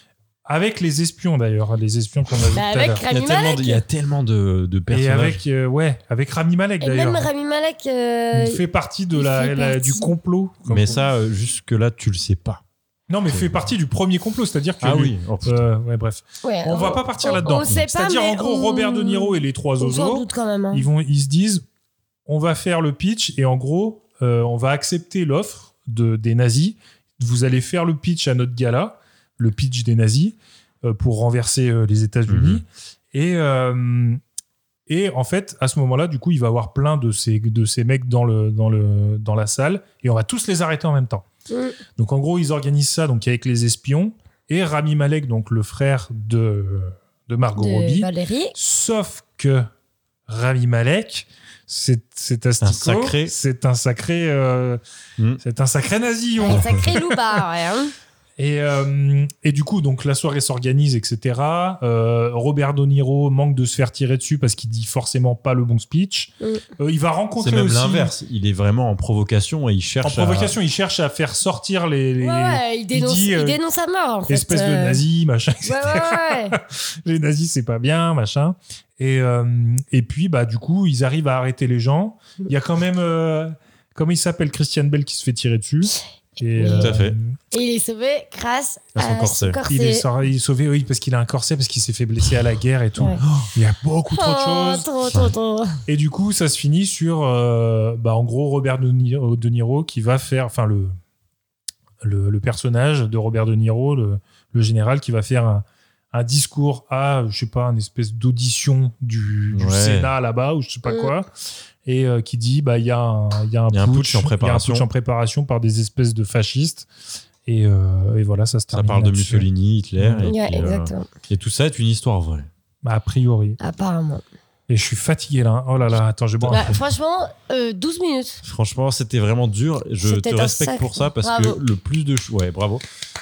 Avec les espions d'ailleurs, les espions qu'on a vus Bah, tout à avec l'heure. Il y a Rami tellement Malek. de, il y a tellement de, de Et personnages. avec, euh, ouais, avec Rami Malek Et d'ailleurs. même Rami Malek. euh, Il fait partie de il la, fait la- partie. du complot. comme Mais on- ça, euh, jusque-là, tu le sais pas. Non, mais fait partie du premier complot, c'est-à-dire que. Ah lui- oui. Oh, putain. Euh, ouais, bref. ouais, On va pas partir on- là-dedans. On sait pas. C'est-à-dire, mais en gros, on- Robert De Niro et les trois On s'en oiseaux, doute quand même. hein. ils, vont, ils se disent, on va faire le pitch et en gros, euh, on va accepter l'offre de, des nazis. Vous allez faire le pitch à notre gala, le pitch des nazis, euh, pour renverser euh, les États-Unis. Mhm. Et, euh, et en fait, à ce moment-là, du coup, il va y avoir plein de ces, de ces mecs dans, le, dans, le, dans la salle et on va tous les arrêter en même temps. Mm. Donc, en gros, ils organisent ça donc, avec les espions et Rami Malek, donc le frère de, de Margot De Robbie. Valérie. Sauf que Rami Malek, c'est c'est asticot, sacré- c'est un sacré, euh, Mm. c'est un sacré nazillon. Un sacré loupard, ouais, hein. Et, euh, et du coup, donc la soirée s'organise, et cetera. Euh, Robert De Niro manque de se faire tirer dessus parce qu'il dit forcément pas le bon speech. Mm. Euh, il va C'est rencontrer même aussi l'inverse. Il est vraiment en provocation et il en cherche provocation, il cherche à faire sortir les, les Ouais, ouais, il dénonce, dit, il euh, dénonce à mort, en fait. espèces de euh. nazis, machin, et Ouais, cetera. ouais, ouais. Les nazis, c'est pas bien, machin. Et, euh, et puis, bah, du coup, ils arrivent à arrêter les gens. Il y a quand même, euh, comment il s'appelle, Christian Bale qui se fait tirer dessus. Et, Tout à fait. Et il est sauvé grâce À à son son corset. corset. Il est, sor- il est sauvé, oui, parce qu'il a un corset, parce qu'il s'est fait blesser à la guerre et tout. Ouais. Oh, il y a beaucoup trop de Oh, choses. trop, trop, trop. Et du coup, ça se finit sur, euh, bah, en gros, Robert De Niro, De Niro qui va faire, enfin, le, le, le personnage de Robert De Niro, le, le général, qui va faire un, un discours à, je sais pas, une espèce d'audition du, du Ouais. Sénat là-bas, ou je sais pas Mm. quoi, et euh, qui dit, bah, il y a un, il y a un Il y a un putsch, putsch en il y a un préparation. putsch en préparation par des espèces de fascistes. Et, euh, et voilà, ça se Ça termine parle de là-dessus. Mussolini, Hitler. Et, Ouais, puis, euh, exactement. et tout ça est une histoire vraie. Bah, a priori. Apparemment. Et je suis fatigué là. hein. Oh là là, attends, je vais boire un Bah, coup. franchement, euh, douze minutes. Franchement, c'était vraiment dur. Je C'était te un respecte sac. pour ça parce Bravo. que le plus de... ch- Ouais, bravo.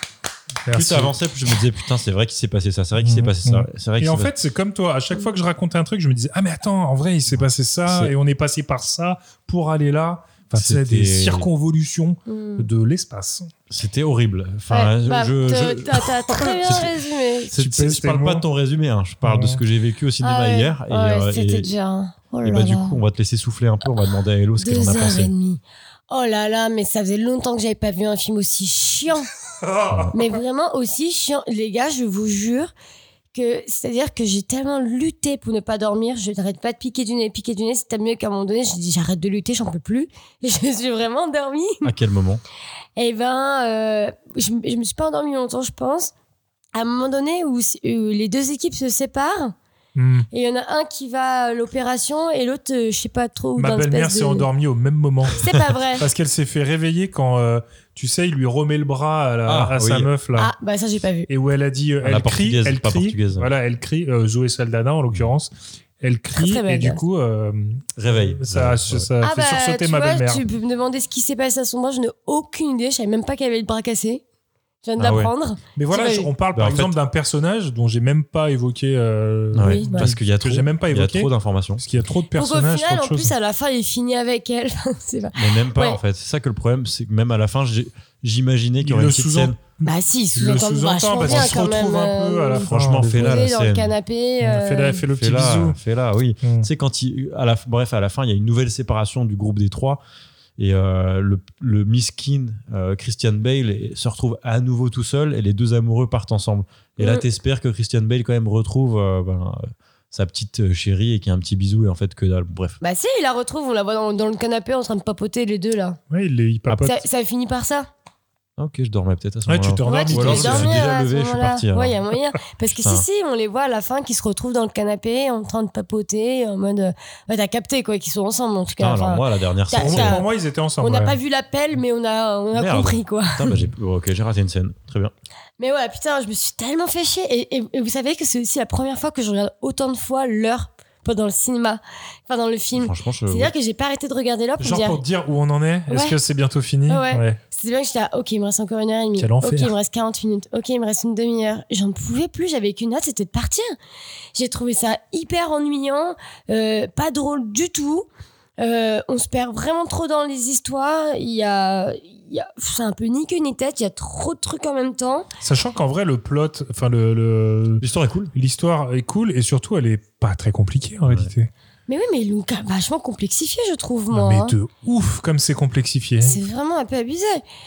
Plus Merci. t'avançais, plus je me disais, putain, c'est vrai qu'il s'est passé ça. C'est vrai qu'il s'est Mhm. passé ça. C'est vrai Et qu'il en s'est fait, c'est comme toi. À chaque fois que je racontais un truc, je me disais, ah mais attends, en vrai, il s'est passé ça C'est- et on est passé par ça pour aller là. Enfin, c'est C'était- des circonvolutions Mm. de l'espace. C'était horrible. Enfin, Ouais, bah, je, t'as- je- t'as t'as très bien C'était- résumé. c'est- Tu c'est- pèses je tes parle pas mots. de ton résumé, hein. Je parle de ce que j'ai vécu au cinéma Ah ouais, hier. Et, ouais, euh, c'était et- déjà. Oh et là bah, du là. coup, on va te laisser souffler un peu. On va demander à Hello ce qu'elle Deux en a heures pensé. et demie. Oh là là, mais ça faisait longtemps que j'avais pas vu un film aussi chiant. Mais vraiment aussi chiant. Les gars, je vous jure que c'est-à-dire que j'ai tellement lutté pour ne pas dormir. Je n'arrête pas de piquer du nez, piquer du nez. C'était mieux qu'à un moment donné, j'ai dit j'arrête de lutter, j'en peux plus. Et je suis vraiment endormie. À quel moment? Et ben, euh, je, je me suis pas endormie longtemps, je pense. À un moment donné où, où les deux équipes se séparent. Hmm. Et il y en a un qui va à l'opération et l'autre, euh, je sais pas trop. Ma dans une belle-mère espèce s'est de- endormie au même moment. C'est pas vrai. Parce qu'elle s'est fait réveiller quand, euh, tu sais, il lui remet le bras à, la- Ah, à sa oui. meuf là. Ah, bah ça, j'ai pas vu. Et où elle a dit, euh, À la elle crie, portugaise, elle pas crie, portugaise. voilà, elle crie, euh, Zoé Saldana en l'occurrence, elle crie très belle et du gosse. coup, euh, Réveil. ça, Ouais. ça Ah fait bah, sursauter tu ma vois, belle-mère. tu peux me demander ce qui s'est passé à son bras, je n'ai aucune idée. Je savais même pas qu'elle avait le bras cassé. Je viens de Ah ouais. l'apprendre. Mais voilà, Tu je- vas- on parle Bah, par en exemple fait- d'un personnage dont j'ai même pas évoqué, euh, Ouais, Oui, bah parce qu'il y a que trop, j'ai même pas il y a évoqué. trop d'informations. Parce qu'il y a trop de Donc au personnages, final, trop en de choses. plus, à la fin, il finit avec elle. C'est pas... Mais même pas Ouais. en fait. C'est ça que le problème, c'est que même à la fin, j'ai- j'imaginais qu'il y Il aurait le une petite sous-entend. scène. Bah si, il Il le sous-entend sous-entend vachement parce bien qu'il se quand retrouve même. un peu à la euh, fin. Franchement, fais-la la posé dans le scène. canapé. euh, Fais-la, fais le petit Fais-la, bisou. fais-la, oui. Mm. Tu sais, quand il, à la, bref, à la fin, il y a une nouvelle séparation du groupe des trois. Et euh, le, le miskin euh, Christian Bale est- se retrouve à nouveau tout seul et les deux amoureux partent ensemble. Et là, Mm. t'espères que Christian Bale quand même retrouve euh, ben, euh, sa petite chérie et qu'il y a un petit bisou et en fait que dalle. Bref. Bah si, il la retrouve, on la voit dans, dans le canapé en train de papoter les deux là. Ouais, il, il papote. Ça, ça finit par ça. Ok, je dormais peut-être à ce Ouais, moment-là. tu te Ouais, rendormis. tu Ou te alors, fais je me suis dormir déjà à ce levé, je suis moment-là. parti, alors. Ouais, il y a moyen. Parce que Putain. si, si, on les voit à la fin qui se retrouvent dans le canapé en train de papoter en mode. euh, Ouais, t'as capté quoi, qu'ils sont ensemble en tout cas. Putain, alors Enfin, moi, la dernière t'as- scène. Pour, c'est- t'as- pour moi, ils étaient ensemble. on n'a ouais. pas vu l'appel, mais on a, on a Merde. compris quoi. Putain, bah, j'ai... Ok, j'ai raté une scène. Très bien. Mais ouais, putain, je me suis tellement fait chier. Et, et- et vous savez que c'est aussi la première fois que je regarde autant de fois l'heure pendant le cinéma, enfin dans le film. Franchement, je. C'est-à-dire que j'ai pas arrêté de regarder l'heure pour me Genre dire. pour te dire où on en est, est-ce Ouais. que c'est bientôt fini Ouais. C'est bien que j'étais là, ok, il me reste encore une heure et demie. Quel enfer. Ok, il me reste quarante minutes. Ok, il me reste une demi-heure. J'en pouvais plus, j'avais qu'une hâte, c'était de partir. J'ai trouvé ça hyper ennuyant, euh, pas drôle du tout. Euh, on se perd vraiment trop dans les histoires. Il y a, il y a, c'est un peu ni queue ni tête. Il y a trop de trucs en même temps. Sachant qu'en vrai, le plot, enfin le, le- L'histoire est cool. l'histoire est cool et surtout, elle est pas très compliquée en réalité. Mais oui, mais ils l'ont quand même vachement complexifié, je trouve, Non, moi. mais hein. de ouf, comme c'est complexifié. C'est vraiment un peu abusé.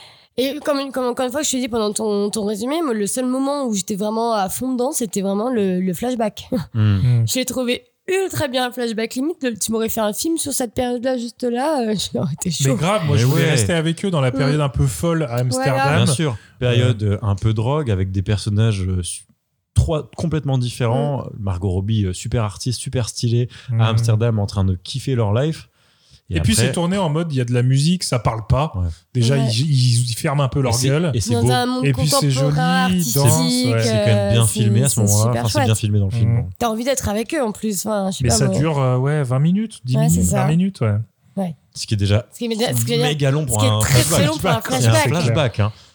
Et comme, comme encore une fois, je te dis pendant ton, ton résumé, moi, le seul moment où j'étais vraiment à fond dedans, c'était vraiment le, le flashback. Hmm. Mm. Je l'ai trouvé ultra bien, le flashback. Limite, le- tu m'aurais fait un film sur cette période-là, juste là, euh, j'aurais été Mais chaud. grave, moi Mais je voulais ouais. rester avec eux dans la période un peu folle à Amsterdam. Voilà. Bien sûr. Période euh, un peu drogue avec des personnages euh, su- trois complètement différents. Margot Robbie, euh, super artiste, super stylée, Mm. à Amsterdam en train de kiffer leur life. Et, puis après- c'est tourné en mode il y a de la musique, ça parle pas. Ouais. Déjà, Ouais. ils, ils- ils ferment un peu Et leur c'est- gueule. Et c'est Dans beau. un monde Et puis c'est contemporain, joli, artistique, dense, ouais. C'est quand même bien euh, filmé à ce c'est moment-là. super Enfin, c'est bien chouette. filmé dans le film. Mm. bon. T'as envie d'être avec eux en plus. Enfin, je sais Mais pas, ça moi. dure euh, ouais, vingt minutes, dix Ouais, minutes, c'est ça. vingt minutes. Ouais. Ce qui est déjà Ce qui est, ce qui est- méga long pour ce qui est un très, flashback. très long pour un C'est un flashback. flashback. Hein. Ouais,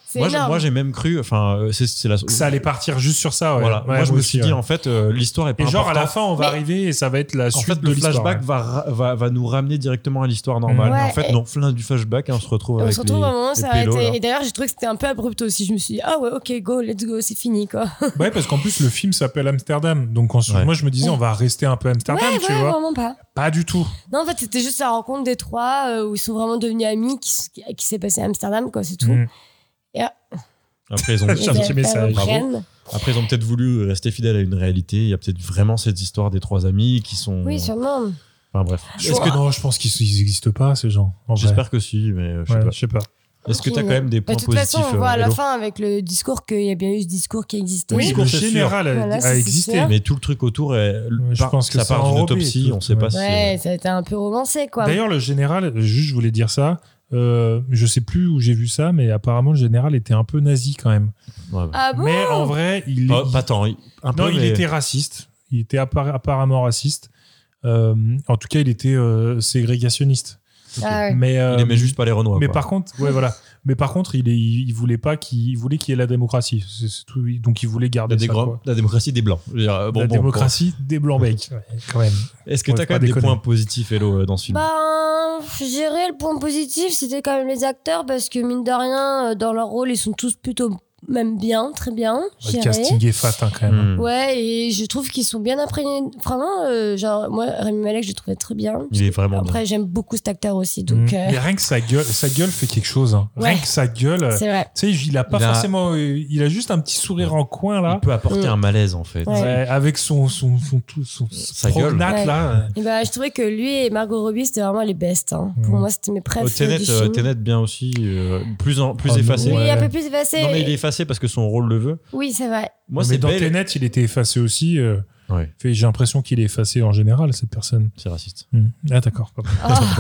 C'est Moi, j'ai- énorme. moi, j'ai même cru, enfin, euh, c'est, c'est la. Ça allait partir juste sur ça, ouais. Voilà. Ouais, moi, je me aussi, suis dit, ouais. en fait, euh, l'histoire est pas Et genre, à la importante. fin, on va Mais- arriver et ça va être la En suite fait, de le l'histoire. flashback ouais. va, ra- va, va nous ramener directement à l'histoire normale. Ouais, Et en fait, et- non, fin du flashback, hein, on se retrouve On avec se retrouve les, à un moment, les ça a pélos, été. là. Et d'ailleurs, j'ai trouvé que c'était un peu abrupt aussi. Je me suis dit, ah ouais, ok, go, let's go, c'est fini, quoi. Ouais, parce qu'en plus, le film s'appelle Amsterdam. Donc, ensuite, Ouais. moi, je me disais, on va rester un peu Amsterdam, Ouais, tu ouais, vois. vraiment pas. Pas du tout. Non, en fait, c'était juste la rencontre des trois euh, où ils sont vraiment devenus amis, qui, s- qui, qui s'est passé à Amsterdam, quoi, c'est tout. Mm. Et ah, Après, ils ont, J'ai un petit elles message. reprennent. après, ils ont peut-être voulu rester fidèles à une réalité. Il y a peut-être vraiment cette histoire des trois amis qui sont. Oui, sûrement. Enfin, bref. Est-ce que non, je pense qu'ils n'existent pas, ces gens. en vrai. J'espère que si, mais euh, je sais Ouais, pas. je sais pas. Est-ce que tu as quand même des Bah, points de toute positifs façon, on voit à euh, la Hello fin avec le discours qu'il y a bien eu ce discours qui existait. Oui, discours, le c'est sûr. général a, Voilà, a c'est existé. sûr. Mais tout le truc autour, est, je par- pense que ça c'est part d'une enrobé, autopsie. tout. On sait pas Ouais. si. Ouais, ça a été un peu romancé, quoi. D'ailleurs, le général, juste je voulais dire ça, euh, je sais plus où j'ai vu ça, mais apparemment le général était un peu nazi quand même. Ouais, ouais. Ah bon Mais en vrai, il, Oh, pas tant. il- Un peu, non, il mais- était raciste. Il était appara- apparemment raciste. Euh, en tout cas, il était euh, ségrégationniste. Ah ouais. Mais euh, Il aimait juste pas les Renois. mais quoi. par contre, ouais, voilà. Mais par contre, il, est, il voulait pas qu'il il voulait qu'il y ait la démocratie. C'est- c'est tout. Donc il voulait garder la, ça. dégra- quoi. la démocratie des blancs. Je veux dire, euh, bon, la bon, démocratie des blancs becs, ouais, quand même. bon. Est-ce que Ouais, tu as faut quand même pas des déconner. points positifs, Hello, euh, dans ce film Ben, je dirais le point positif, c'était quand même les acteurs parce que mine de rien, euh, dans leur rôle, ils sont tous plutôt même bien, très bien. je Le dirais. casting est fat hein, quand même. Hmm. Ouais, et je trouve qu'ils sont bien imprégnés. Vraiment, euh, genre, moi, Rémi Malek, je le trouvais très bien. Il est vraiment Après, bien. j'aime beaucoup cet acteur aussi, Mm. donc euh, Mais rien que sa gueule, sa gueule fait quelque chose. hein. Rien Ouais. que sa gueule, c'est vrai. tu sais, il a pas Il a- forcément, euh, il a juste un petit sourire en coin Il là, peut apporter Mm. un malaise, en fait. Ouais. Ouais, avec son son son tout son Sa gueule. prognate, Ouais. là. Et ben, je trouvais que lui et Margot Robbie, c'était vraiment les best. Hein. Pour Mm. moi, c'était mes Oh, préférés Tenet, du euh, film. Tenet bien aussi, euh, plus, en, plus Oh, effacé. non, Oui, ouais. un peu plus effacé. Non, mais il est effacé parce que son rôle le veut. Oui, c'est vrai. Moi, mais c'est dans Bale. Tenet, il était effacé aussi. euh, Ouais, fait, j'ai l'impression qu'il est effacé en général cette personne. c'est raciste. Mm. Ah d'accord. Oh.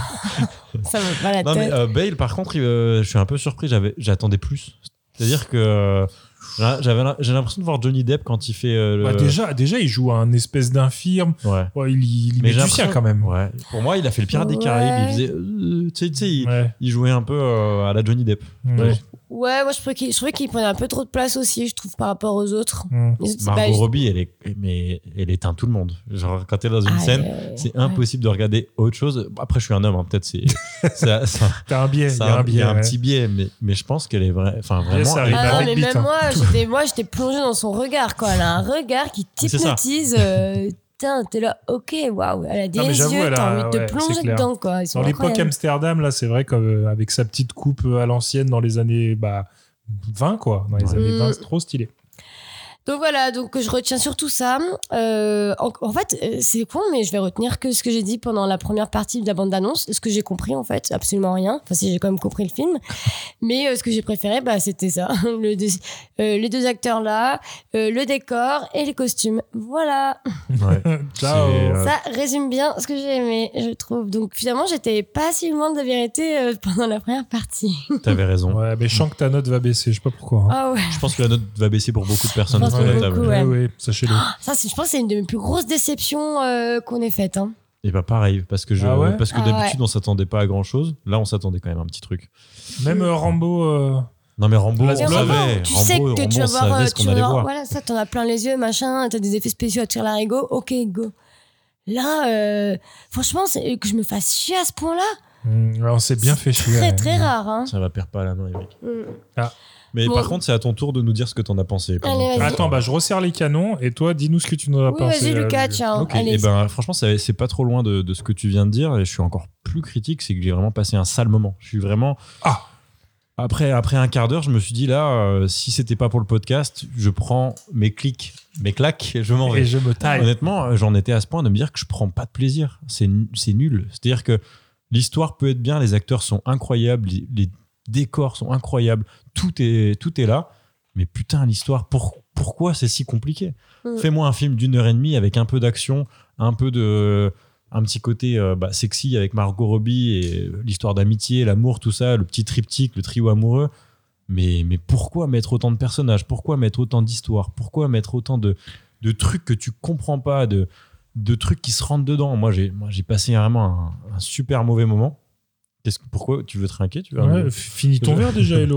Ça me va la Non, mais tête. euh, Bale, par contre, il, euh, je suis un peu surpris. J'avais, j'attendais plus. C'est-à-dire que euh, j'avais, j'ai l'impression de voir Johnny Depp quand il fait. euh, le- Bah, déjà, déjà, il joue un espèce d'infirme. Ouais. Ouais, il, il, il Mais met j'ai du sien l'impression- quand même. Ouais. Pour moi, il a fait le Pirate des Ouais. Caraïbes. Il faisait. euh, tu sais, tu sais, il, Ouais. il jouait un peu euh, à la Johnny Depp. Ouais. Ouais, moi, je trouvais qu'il je trouvais qu'il prenait un peu trop de place aussi, je trouve, par rapport aux autres. Mm. Les autres, Margot bah, je- Robbie, elle est, mais elle éteint tout le monde. Genre, quand t'es dans une Ah, scène, euh, c'est ouais. impossible de regarder autre chose. Après, je suis un homme, hein, peut-être c'est. ça, ça, T'as un biais. Il y ça- a un il y biais. a un ouais. petit biais, mais, mais je pense qu'elle est vraie. Enfin, vraiment. ça elle est arrive Ah pas- non, avec mais bite, même hein. moi, j'étais, moi, j'étais plongée dans son regard, quoi. Elle a un regard qui C'est ça. t'hypnotise. euh, Putain, t'es là, ok, waouh. Elle a des Non, mais j'avoue, yeux, elle t'as a- envie de ouais, te plonger c'est clair. dedans, quoi. Ils sont Dans l'époque incroyables. Amsterdam, là, c'est vrai qu'avec sa petite coupe à l'ancienne dans les années bah, vingt, quoi. Dans les Ouais. années Mm. vingt, c'est trop stylé. Donc voilà, donc je retiens surtout ça. Euh, en, en fait, euh, c'est con, mais je vais retenir que ce que j'ai dit pendant la première partie de la bande-annonce. Ce que j'ai compris, en fait, absolument rien. Enfin, si j'ai quand même compris le film. Mais euh, ce que j'ai préféré, bah, c'était ça. Le deux- euh, les deux acteurs là, euh, le décor et les costumes. Voilà. Ouais. Ciao. C'est, euh, Ça résume bien ce que j'ai aimé, je trouve. Donc finalement, j'étais pas si loin de la vérité euh, pendant la première partie. T'avais raison. Ouais, mais je sens que ta note va baisser. Je sais pas pourquoi. hein. Ah ouais. Je pense que la note va baisser pour beaucoup de personnes. Je pense autour de que la table. beaucoup, ouais. ouais, sachez-le. Ça, c'est- je pense que c'est une de mes plus grosses déceptions euh, qu'on ait faites. Hein. Et bah pareil, parce que, je, Ah ouais parce que Ah d'habitude ouais. on s'attendait pas à grand chose. Là on s'attendait quand même à un petit truc. Même euh, Rambo. euh, Non mais Rambo, Last on Blood. savait. tu Rambo, sais que Rambo, tu vas on voir, savait euh, ce tu qu'on vas allait voir, voir. voilà, ça, t'en as plein les yeux, machin, t'as des effets spéciaux à tirer l'arigot, ok, go. Là, euh, franchement, c'est que je me fasse chier à ce point-là, mm, on s'est bien fait chier. très ouais. très rare. Hein. Ça va perdre pas la main, Eric. Mm. Mais Bon. par contre, c'est à ton tour de nous dire ce que t'en as pensé. pendant Allez, que- vas-y. Attends, bah, je resserre les canons et toi, dis-nous ce que tu nous as Oui, pensé. vas-y, euh, Lucas, du- tiens, Ok, allez. et ben franchement, ça- c'est pas trop loin de, de ce que tu viens de dire et je suis encore plus critique, c'est que j'ai vraiment passé un sale moment. Je suis vraiment. Ah. Après, après un quart d'heure, je me suis dit là, euh, si c'était pas pour le podcast, je prends mes clics, mes claques, et je m'en vais. Et je me taille. Honnêtement, j'en étais à ce point de me dire que je prends pas de plaisir. C'est c'est nul. C'est-à-dire que l'histoire peut être bien, les acteurs sont incroyables, les, les décors sont incroyables, tout est, tout est là. Mais putain, l'histoire, pour, pourquoi c'est si compliqué Mm. Fais-moi un film d'une heure et demie avec un peu d'action, un peu de. Un petit côté euh, bah, sexy avec Margot Robbie et l'histoire d'amitié, l'amour, tout ça, le petit triptyque, le trio amoureux. Mais, mais pourquoi mettre autant de personnages? Pourquoi mettre autant d'histoires? Pourquoi mettre autant de, de trucs que tu comprends pas, de, de trucs qui se rentrent dedans? Moi, j'ai, moi, j'ai passé vraiment un, un super mauvais moment. Qu'est-ce que, pourquoi tu veux te trinquer tu veux Ouais, finis ton verre déjà, Hello.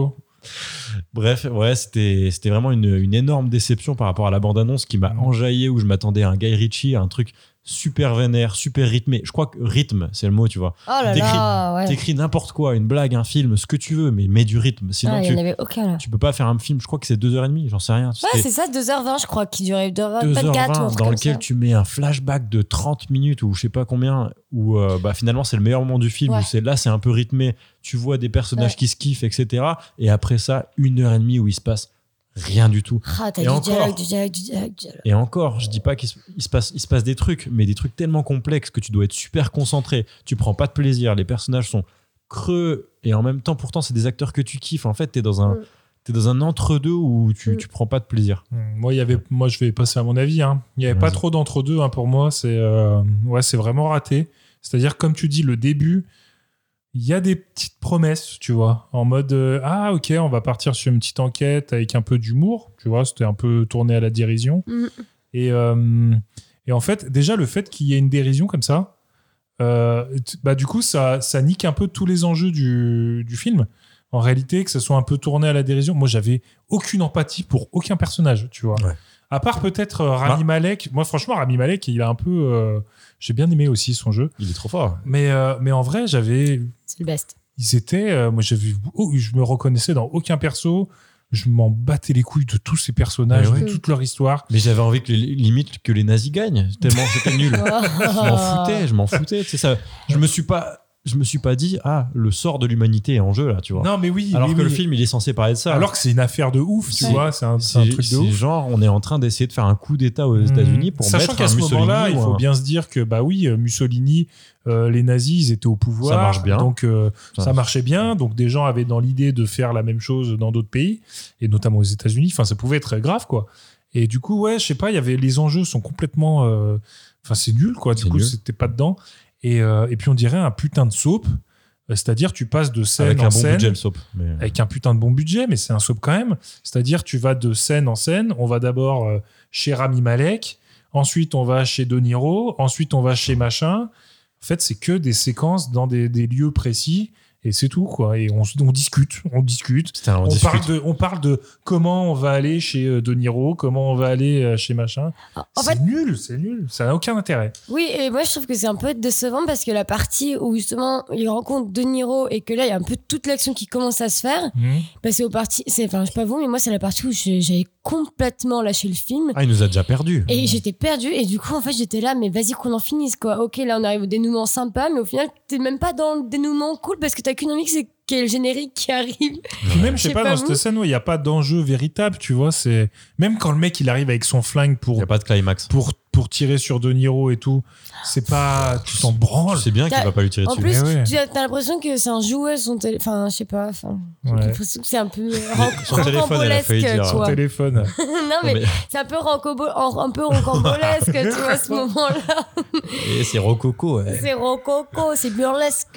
Bref, ouais, c'était, c'était vraiment une, une énorme déception par rapport à la bande-annonce qui m'a enjaillé, où je m'attendais à un Guy Ritchie, à un truc super vénère, super rythmé. Je crois que rythme, c'est le mot, tu vois. Oh là T'écris, là, ouais. t'écris n'importe quoi, une blague, un film, ce que tu veux, mais mets du rythme. Sinon, Ah, il tu, n'y en avait aucun là. tu peux pas faire un film, je crois que c'est deux heures trente, j'en sais rien. Ouais, c'est ça, deux heures vingt, je crois, qui durait deux heures deux heures vingt-quatre. ou un vingt truc dans comme lequel ça. tu mets un flashback de trente minutes ou je sais pas combien, où euh, bah, finalement c'est le meilleur moment du film, Ouais. où c'est, là c'est un peu rythmé, tu vois des personnages Ouais. qui se kiffent, et cetera. Et après ça, une heure et demie où il se passe rien du tout. Ah, t'as Et du encore. dialogue, du dialogue, du dialogue, du dialogue. Et encore, je dis pas qu'il se, il se passe, il se passe des trucs, mais des trucs tellement complexes que tu dois être super concentré. Tu prends pas de plaisir. Les personnages sont creux et en même temps, pourtant, c'est des acteurs que tu kiffes. En fait, t'es dans un, Mm. t'es dans un entre-deux où tu, Mm. tu prends pas de plaisir. Moi, il y avait, moi, je vais passer à mon avis. Hein. Il n'y avait pas Vas-y. trop d'entre-deux hein, pour moi. C'est, euh, ouais, c'est vraiment raté. C'est-à-dire, comme tu dis, le début, il y a des petites promesses, tu vois, en mode euh, ah ok, on va partir sur une petite enquête avec un peu d'humour, tu vois, c'était un peu tourné à la dérision. Mm. Et, euh, et en fait, déjà le fait qu'il y ait une dérision comme ça, euh, t- bah du coup ça, ça nique un peu tous les enjeux du, du film. En réalité, que ça soit un peu tourné à la dérision, moi j'avais aucune empathie pour aucun personnage, tu vois. Ouais. À part peut-être euh, Rami Bah. Malek. Moi franchement, Rami Malek, il a un peu, euh, j'ai bien aimé aussi son jeu. Il est trop fort. Mais euh, mais en vrai, j'avais C'est le best. ils étaient euh, moi j'avais oh, je me reconnaissais dans aucun perso, je m'en battais les couilles de tous ces personnages, Mais ouais. de toute leur histoire. Mais j'avais envie que les, limite que les nazis gagnent, tellement c'était nul. Je m'en foutais, je m'en foutais. Tu sais, ça, je me suis pas, je me suis pas dit ah le sort de l'humanité est en jeu là, tu vois. Non mais oui, Alors oui, que oui. le film il est censé parler de ça. alors que c'est une affaire de ouf, tu Ouais. vois, c'est un, c'est un c'est, truc de c'est ouf. genre on est en train d'essayer de faire un coup d'état aux États-Unis pour Sachant mettre qu'à un ce Mussolini moment-là, il ou faut un- bien se dire que bah oui, euh, Mussolini, euh, les nazis, ils étaient au pouvoir, Ça marche bien. donc euh, Ça- ça marchait bien. Donc des gens avaient dans l'idée de faire la même chose dans d'autres pays, et notamment aux États-Unis. Enfin, ça pouvait être grave, quoi. Et du coup, ouais, je sais pas, il y avait les enjeux sont complètement, euh, enfin c'est nul, quoi. Du C'est coup, nul. c'était pas dedans. Et euh, et puis on dirait un putain de soap, Euh, c'est-à-dire tu passes de scène avec en un bon scène. budget le soap. Mais... Avec un putain de bon budget, mais c'est un soap quand même. C'est-à-dire, tu vas de scène en scène. On va d'abord euh, chez Rami Malek, ensuite on va chez De Niro, ensuite on va chez machin. En fait, c'est que des séquences dans des, des lieux précis et c'est tout, quoi. Et on, s- on discute, on discute. Putain, on On discute. parle, de, on parle de comment on va aller chez euh, De Niro, comment on va aller euh, chez machin. En c'est fait, nul, c'est nul. Ça n'a aucun intérêt. oui, et moi je trouve que c'est un peu décevant parce que la partie où justement il rencontre De Niro et que là il y a un peu toute l'action qui commence à se faire, bah, c'est au parti, c'est, enfin je sais pas vous, mais moi c'est la partie où j'ai- j'avais complètement lâché le film. Ah, il nous a déjà perdu. Et j'étais perdue et du coup en fait j'étais là mais vas-y qu'on en finisse quoi. Ok là on arrive au dénouement sympa mais au final t'es même pas dans le dénouement cool parce que t'as qu'une envie que c'est qu'il y ait le générique qui arrive. Puis même, je sais Je sais pas, pas dans vous. cette scène où il n'y a pas d'enjeu véritable, tu vois, c'est même quand le mec il arrive avec son flingue Il pour n'y a pas de climax. pour pour tirer sur De Niro et tout, c'est pas, tu t'en Tu branles. sais bien qu'il T'as- va pas lui tirer En dessus. plus Mais ouais. tu as t'as l'impression que c'est un jouet son télé... enfin je sais pas enfin j'ai Ouais. l'impression que c'est un peu ran- Son téléphone, elle a failli rocambolesque, dire. tu Son vois. téléphone. non mais, mais- c'est un peu rancobo- en- un peu rocambolesque tu vois à ce moment-là. Et c'est rococo. ouais. C'est rococo, c'est burlesque.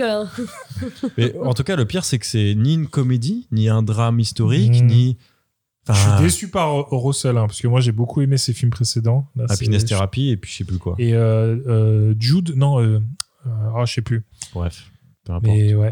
Mais en tout cas, le pire, c'est que c'est ni une comédie, ni un drame historique, Mm. ni. Je Enfin, suis déçu par Russell, hein, parce que moi j'ai beaucoup aimé ses films précédents. Là, c'est- Happiness Therapy et puis je sais plus quoi. Et euh, euh, Jude, non, euh, euh, ah, je sais plus. Bref, peu importe. Mais ouais.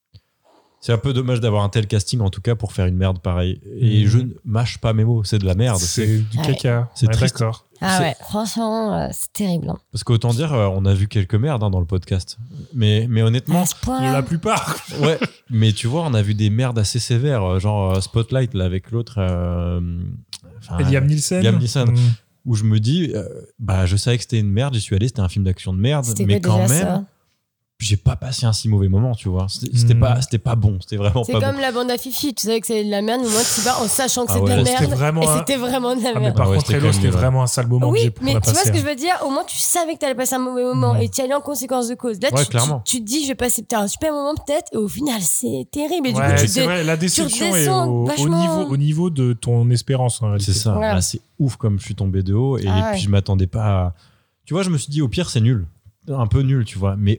C'est un peu dommage d'avoir un tel casting en tout cas pour faire une merde pareille. Et Mhm. je ne mâche pas mes mots, c'est de la merde. C'est C'est- du Ouais. caca. C'est Ouais, triste. D'accord. Ah C'est- ouais, franchement, euh, c'est terrible. Hein. Parce qu'autant dire, euh, on a vu quelques merdes hein, dans le podcast. Mais, mais honnêtement, À ce point-là. La plupart. ouais. Mais tu vois, on a vu des merdes assez sévères, euh, genre euh, Spotlight là avec l'autre. euh, enfin, Liam Neeson. Liam Neeson. Mm. Où je me dis, euh, bah je savais que c'était une merde, j'y suis allé, c'était un film d'action de merde, C'était mais quoi quand déjà même, ça j'ai pas passé un si mauvais moment, tu vois. C'était c'était Mm. pas, c'était pas bon, c'était vraiment C'est pas comme bon. la bande à Fifi, tu savais que c'est de la merde, mais moi tu vas en sachant que Ah c'est ouais, de la c'était merde. vraiment Et un- c'était vraiment de la Ah, mais merde. par Ah ouais, contre, c'était Hello, quand c'était même nul, vraiment un sale moment que Oui, j'ai qu'on mais a tu vois passé. ce que je hein. veux dire. Au moins, tu savais que t'allais passer un mauvais moment Mm. et tu y allais en conséquence de cause. Là, Ouais, tu, clairement. tu, tu te dis, je vais passer peut-être un super moment peut-être, et au final, c'est terrible. Et du Ouais, coup, tu c'est te- vrai, la déception est redescends au, au vachement. niveau, au niveau de ton espérance. En réalité. C'est ça, Voilà. là c'est ouf comme je suis tombé de haut et Ah ouais. puis je m'attendais pas à... Tu vois, je me suis dit au pire c'est nul, un peu nul, tu vois, mais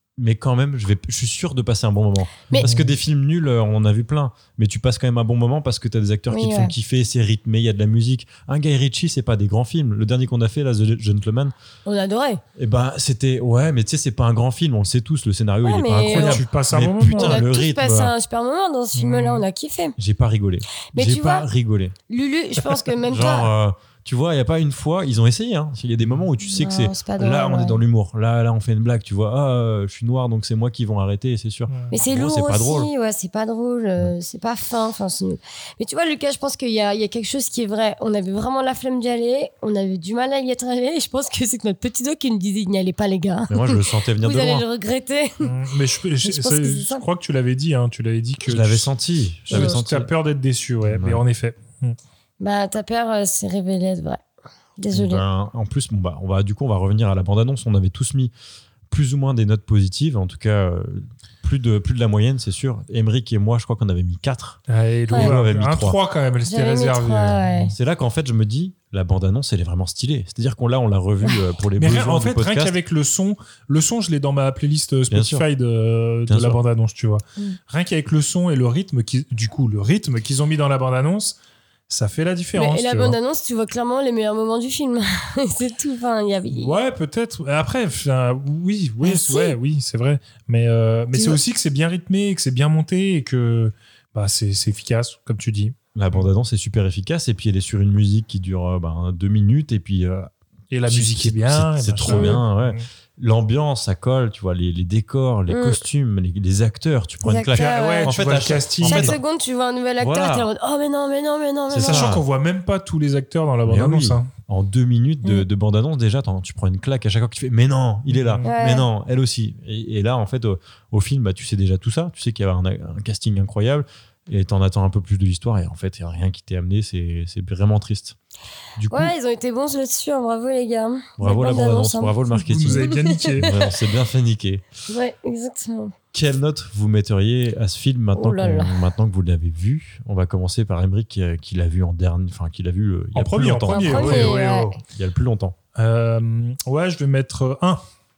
mais quand même, je, vais, je suis sûr de passer un bon moment. Mais- Parce que des films nuls, euh, on en a vu plein. Mais tu passes quand même un bon moment parce que t'as des acteurs Oui, qui te ouais. font kiffer, c'est rythmé, il y a de la musique. Un Guy Ritchie, c'est pas des grands films. Le dernier qu'on a fait, là, The Gentleman, On adorait. eh ben, c'était. Ouais, mais tu sais, c'est pas un grand film, on le sait tous. Le scénario, Ouais, il est mais- pas incroyable. Tu passes un Mais bon putain, moment. on a le tous rythme. passé un super moment dans ce film-là, on a kiffé. J'ai pas rigolé. Mais J'ai tu pas vois, rigolé. Lulu, je pense que même Genre, toi. euh, tu vois, il y a pas une fois, ils ont essayé. Hein. Il y a des moments où tu sais Non, que c'est. c'est pas Là, drôle, on ouais. est dans l'humour. Là, là, on fait une blague. Tu vois, ah, euh, je suis noir, donc c'est moi qui vont arrêter, c'est sûr. Mais c'est En gros, lourd c'est pas aussi, drôle. ouais, c'est pas drôle, euh, c'est pas fin. Enfin, c'est- mais tu vois, Lucas, je pense qu'il y a, il y a quelque chose qui est vrai. On avait vraiment la flemme d'y aller, on avait du mal à y être allé, et je pense que c'est que notre petit doigt qui nous disait n'y allez pas, les gars. Mais moi, je le sentais venir Vous de allez loin. le regretter. Mmh, Mais je, je- je pense c'est- que c'est je ça. crois que tu l'avais dit, hein, tu l'avais dit que Je l'avais tu- senti. Je l'avais Ouais. senti. tu as peur d'être déçu, ouais, mais Ouais. en effet. Mmh. Bah, ta peur euh, s'est révélée être vrai. Désolée. Ben, en plus, bon, bah, on va, du coup, on va revenir à la bande-annonce. On avait tous mis plus ou moins des notes positives. En tout cas, euh, plus, de, plus de la moyenne, c'est sûr. Emric et moi, je crois qu'on avait mis quatre. Ah, et Lou, Ouais. Lou avait mis un trois. trois quand même, elle s'était J'avais mis réservée. trois, ouais. C'est là qu'en fait, je me dis, la bande-annonce, elle est vraiment stylée. C'est-à-dire qu'on là, on l'a revue euh, pour les Mais rien- besoins en du fait, rien podcast. qu'avec le son, le son, je l'ai dans ma playlist euh, Bien sûr. Spotify de, de Bien la sûr. bande-annonce, tu vois. Mm. Rien qu'avec le son et le rythme, qui, du coup, le rythme qu'ils ont mis dans la bande-annonce, ça fait la différence. Mais, et la tu vois. bande-annonce, tu vois clairement les meilleurs moments du film. c'est tout. Enfin, il y avait. Ouais, peut-être. Après, enfin, oui, oui, Ah, c'est- si. ouais, oui, c'est vrai. Mais, euh, mais Tu c'est vois- aussi que c'est bien rythmé, que c'est bien monté et que bah, c'est c'est efficace, comme tu dis. La bande-annonce est super efficace. Et puis, elle est sur une musique qui dure euh, ben, deux minutes. Et puis, euh, Et la C'est- musique est c'est- bien. c'est- et c'est machin. trop bien, ouais. Mm. l'ambiance, ça colle. Tu vois, les, les décors, les Mm. costumes, les, les acteurs. Tu prends Les une claque. acteurs, ouais. En tu fait, vois à le chaque- casting. en Chaque fait, seconde, tu vois un nouvel acteur, Voilà. t'es en mode oh, mais non, mais non, mais non, mais C'est non. ça. Sachant qu'on voit même pas tous les acteurs dans la Mais bande-annonce. oui. hein. En deux minutes de, Mm. de bande-annonce, déjà, t'en- tu prends une claque à chaque fois que tu fais mais non, il est là. Ouais. Mais non, elle aussi. Et, et là, en fait, au, au film, bah, tu sais déjà tout ça. Tu sais qu'il y a un, un casting incroyable et t'en attends un peu plus de l'histoire. Et en fait, il n'y a rien qui t'est amené. C'est c'est vraiment triste. Du coup, Ouais, ils ont été bons là-dessus, hein, bravo les gars. bravo la Belle bande-annonce, hein. bravo le Vous marketing. nous avez bien niqué. Ouais, on s'est bien fait niquer. Ouais, exactement. Quelle note vous metteriez à ce film maintenant, Oh là là. qu'on- maintenant que vous l'avez vu? On va commencer par Emric qui, euh, qui l'a vu en dernier, enfin qui l'a vu euh, il y a En plus premier, en longtemps. premier. En ouais, premier, ouais, ouais. ouais. Il y a le plus longtemps. Euh, ouais, je vais mettre un.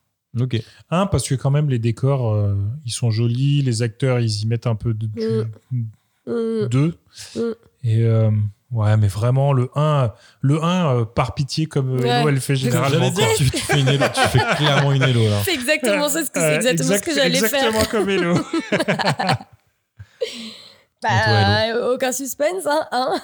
Ok. Un, parce que quand même, les décors, euh, ils sont jolis. Les acteurs, ils y mettent un peu de du- Mm. deux. Mm. Et euh, ouais, mais vraiment, le un, le un euh, par pitié, comme euh, Ouais. Hello, elle fait généralement. J'allais dire, tu, tu fais une élo, tu fais clairement une élo là. C'est exactement ça, ce que c'est Euh, exactement exact- ce que j'allais Exactement faire. comme Hello. Bah, aucun suspense, hein. hein.